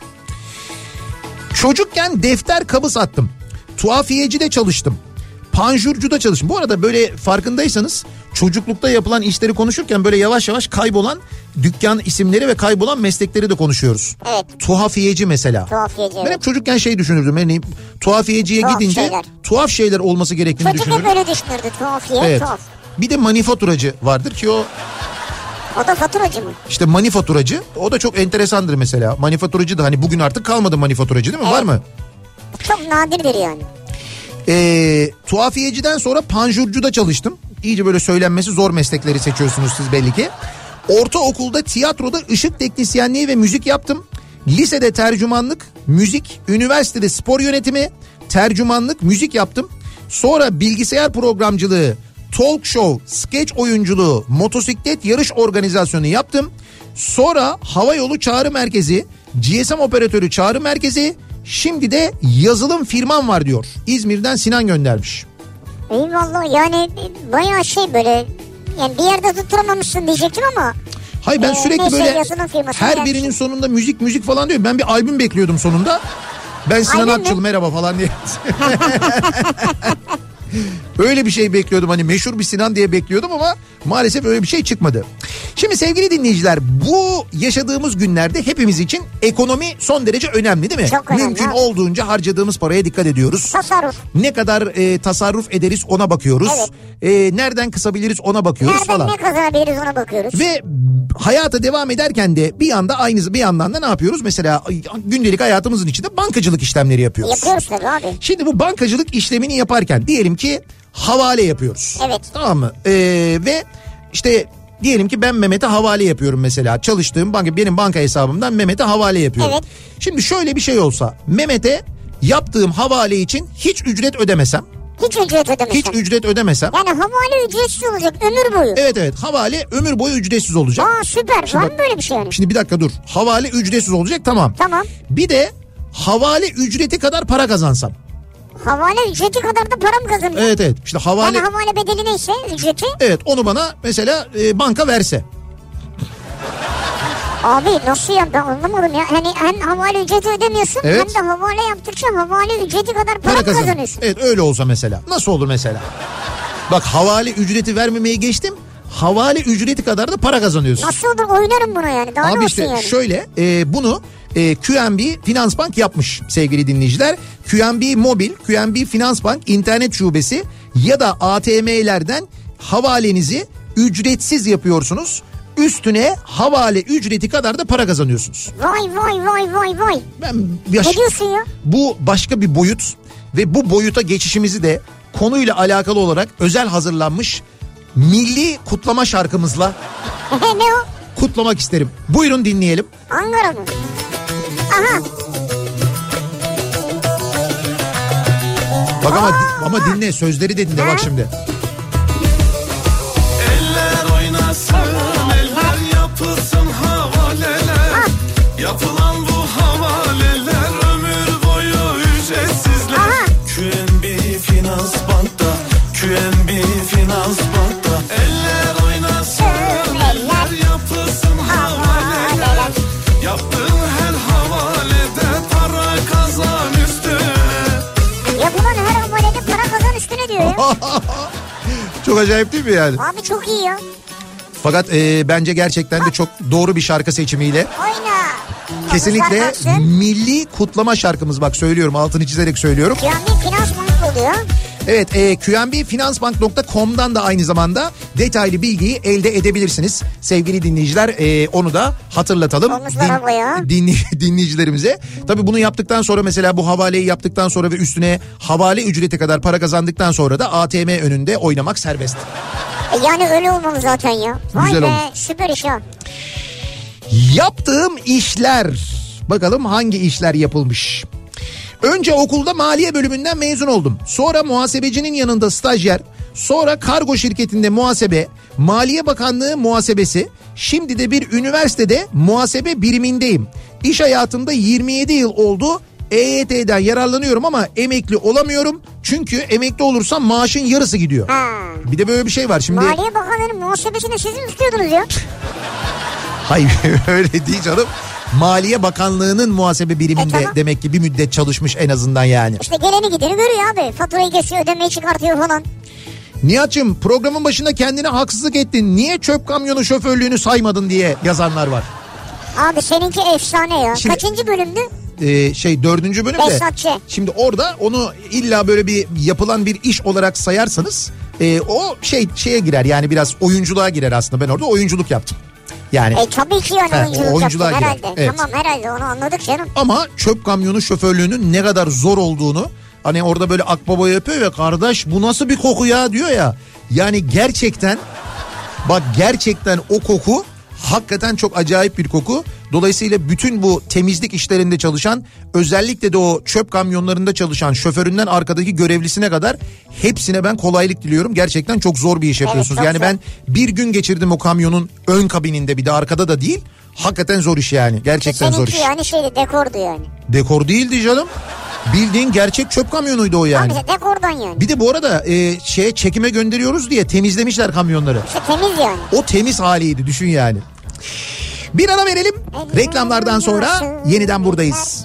Çocukken defter kabı sattım. Tuhafiyecide çalıştım. Panjurcuda çalıştım. Bu arada böyle farkındaysanız çocuklukta yapılan işleri konuşurken böyle yavaş yavaş kaybolan dükkan isimleri ve kaybolan meslekleri de konuşuyoruz. Evet. Tuhafiyeci mesela. Tuhafiyeci. Ben hep çocukken düşünürdüm. Yani tuhafiyeciye gidince tuhaf şeyler olması gerektiğini Çocuk düşünürdüm. hep böyle düşünürdü. Tuhafiye, evet. tuhaf. Bir de manifaturacı vardır ki o da faturacı mı? İşte manifaturacı, o da çok enteresandır mesela. Manifaturacı da hani bugün artık kalmadı manifaturacı, değil mi? Evet. Var mı? Çok nadirdir yani. Tuhafiyeciden sonra panjurcuda çalıştım. İyice böyle söylenmesi zor meslekleri seçiyorsunuz siz belli ki. Ortaokulda tiyatroda ışık teknisyenliği ve müzik yaptım. Lisede tercümanlık, müzik, üniversitede spor yönetimi, tercümanlık, müzik yaptım. Sonra bilgisayar programcılığı, talk show, skeç oyunculuğu, motosiklet yarış organizasyonu yaptım. Sonra havayolu çağrı merkezi, GSM operatörü çağrı merkezi, şimdi de yazılım firmam var diyor. İzmir'den Sinan göndermiş. Eyvallah, yani bayağı böyle, yani bir yerde tutturamamışsın diyecektim ama. Hayır, ben sürekli böyle her birinin yani. sonunda müzik falan diyor. Ben bir albüm bekliyordum sonunda. Ben Sinan Akçıl merhaba falan diye. Öyle bir şey bekliyordum, hani meşhur bir Sinan diye bekliyordum ama maalesef öyle bir şey çıkmadı. Şimdi sevgili dinleyiciler, bu yaşadığımız günlerde hepimiz için ekonomi son derece önemli, değil mi? Çok önemli. Mümkün olduğunca harcadığımız paraya dikkat ediyoruz. Tasarruf. Ne kadar tasarruf ederiz ona bakıyoruz. Evet. Nereden kısabiliriz ona bakıyoruz nereden falan. ne kazanabiliriz ona bakıyoruz. Ve hayata devam ederken de bir yandan da ne yapıyoruz? Mesela gündelik hayatımızın içinde bankacılık işlemleri yapıyoruz. Yapıyoruz tabii abi. Şimdi bu bankacılık işlemini yaparken diyelim ki havale yapıyoruz. Evet. Tamam mı? Ve işte diyelim ki ben Mehmet'e havale yapıyorum mesela. Çalıştığım banka, benim banka hesabımdan Mehmet'e havale yapıyorum. Evet. Şimdi şöyle bir şey olsa, Mehmet'e yaptığım havale için hiç ücret ödemesem. Hiç ücret ödemesem. Yani havale ücretsiz olacak ömür boyu. Evet, havale ömür boyu ücretsiz olacak. Aa süper, şimdi, var mı böyle bir şey yani? Şimdi bir dakika dur. Havale ücretsiz olacak, tamam. Tamam. Bir de havale ücreti kadar para kazansam. Havale ücreti kadar da para mı kazanıyor? Evet. İşte havale... Yani havale bedeli neyse ücreti. Evet, onu bana mesela banka verse. Abi nasıl ya, ben anlamadım ya. Hani hem havale ücreti ödemiyorsun, evet, hem de havale yaptıkça havale ücreti kadar para kazanıyorsun. Evet, öyle olsa mesela. Nasıl olur mesela? Bak, havale ücreti vermemeyi geçtim. Havale ücreti kadar da para kazanıyorsun. Nasıl olur, oynarım buna yani. Daha abi ne işte olsun yani? Şöyle bunu QNB Finansbank yapmış sevgili dinleyiciler. QNB Mobil, QNB Finansbank internet şubesi ya da ATM'lerden havalenizi ücretsiz yapıyorsunuz. Üstüne havale ücreti kadar da para kazanıyorsunuz. Vay. Ne diyorsun ya? Bu başka bir boyut ve bu boyuta geçişimizi de konuyla alakalı olarak özel hazırlanmış milli kutlama şarkımızla ne o? Kutlamak isterim. Buyurun dinleyelim. Ankara mı? Aha. Bak ama dinle, sözleri de dinle, bak şimdi. Eller oynasın, eller yapılsın havaleler. Yapılan bu havaleler ömür boyu ücretsizler. QNB Finansbank'ta, QNB Finansbank'ta. Eller oynasın, eller yapılsın havaleler. Yaptığın her havalede para kazan üstüne. Yapılan her havalede para kazan üstüne diyor ya. Çok acayip değil mi yani? Abi çok iyi ya. Fakat bence gerçekten de çok doğru bir şarkı seçimiyle. Oyna. Kesinlikle milli kutlama şarkımız, bak söylüyorum, altını çizerek söylüyorum. QNB Finansbank oluyor. Evet, qnbfinansbank.com'dan da aynı zamanda detaylı bilgiyi elde edebilirsiniz. Sevgili dinleyiciler, onu da hatırlatalım dinleyicilerimize. Tabii bunu yaptıktan sonra, mesela bu havaleyi yaptıktan sonra ve üstüne havale ücreti kadar para kazandıktan sonra da ATM önünde oynamak serbest. Yani öyle olmalı zaten ya. Vay güzel be, olmuş. süper iş ya. Yaptığım işler. Bakalım hangi işler yapılmış. Önce okulda maliye bölümünden mezun oldum. Sonra muhasebecinin yanında stajyer. Sonra kargo şirketinde muhasebe. Maliye Bakanlığı muhasebesi. Şimdi de bir üniversitede muhasebe birimindeyim. İş hayatımda 27 yıl oldu. EYT'den yararlanıyorum ama emekli olamıyorum. Çünkü emekli olursam maaşın yarısı gidiyor. Bir de böyle bir şey var şimdi. Maliye Bakanlığı'nın muhasebesini siz mi tutuyordunuz ya? Hayır öyle değil canım. Maliye Bakanlığı'nın muhasebe biriminde tamam, demek ki bir müddet çalışmış en azından yani. İşte geleni gideni görüyor abi. Faturayı kesiyor, ödemeyi çıkartıyor falan. Nihat'cığım, programın başında kendine haksızlık ettin. Niye çöp kamyonu şoförlüğünü saymadın diye yazanlar var. Abi seninki efsane ya. Şimdi, kaçıncı bölümdü? 4. bölümde. Behzatçı. Şimdi orada onu illa böyle bir yapılan bir iş olarak sayarsanız o şeye girer, yani biraz oyunculuğa girer aslında. Ben orada oyunculuk yaptım. Yani tabii ki yani oyunculuğu yaptın herhalde. Evet. Tamam, herhalde onu anladık canım. Ama çöp kamyonu şoförlüğünün ne kadar zor olduğunu, hani orada böyle akbaba yapıyor ve kardeş bu nasıl bir koku ya diyor ya. Yani gerçekten bak, gerçekten o koku hakikaten çok acayip bir koku. Dolayısıyla bütün bu temizlik işlerinde çalışan, özellikle de o çöp kamyonlarında çalışan şoföründen arkadaki görevlisine kadar hepsine ben kolaylık diliyorum. Gerçekten çok zor bir iş yapıyorsunuz. Evet, yani zor. ben bir gün geçirdim o kamyonun ön kabininde, bir de arkada da değil. Hakikaten zor iş yani. Gerçekten zor iş. Seninki yani dekordu yani. Dekor değildi canım. Bildiğin gerçek çöp kamyonuydu o yani. Abi dekordan yani. Bir de bu arada çekime gönderiyoruz diye temizlemişler kamyonları. İşte temiz yani. O temiz haliydi, düşün yani. Bir ara verelim. Reklamlardan sonra yeniden buradayız.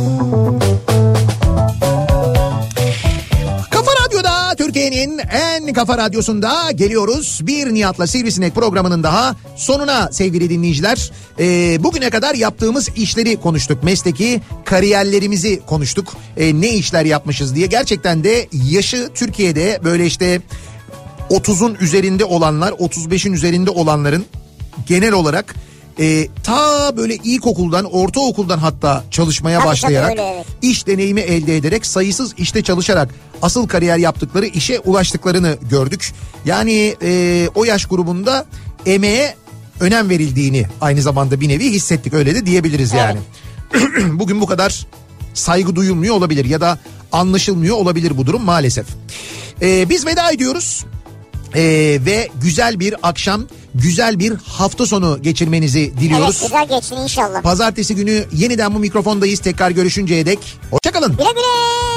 Kafa Radyo'da Türkiye'nin en Modern Kafa Radyosu'nda geliyoruz. Bir Nihat'la Sivrisinek programının daha sonuna sevgili dinleyiciler. Bugüne kadar yaptığımız işleri konuştuk. Mesleki kariyerlerimizi konuştuk. Ne işler yapmışız diye. Gerçekten de yaşı Türkiye'de böyle işte 30'un üzerinde olanlar, 35'in üzerinde olanların genel olarak ta böyle ilkokuldan, ortaokuldan hatta çalışmaya başlayarak, öyle, evet. iş deneyimi elde ederek, sayısız işte çalışarak asıl kariyer yaptıkları işe ulaştıklarını gördük. Yani o yaş grubunda emeğe önem verildiğini aynı zamanda bir nevi hissettik, öyle de diyebiliriz yani. Bugün bu kadar saygı duyulmuyor olabilir ya da anlaşılmıyor olabilir bu durum maalesef. Biz veda ediyoruz. Ve güzel bir akşam, güzel bir hafta sonu geçirmenizi diliyoruz. Evet, güzel geçsin inşallah. Pazartesi günü yeniden bu mikrofondayız. Tekrar görüşünceye dek hoşça kalın. Güle güle.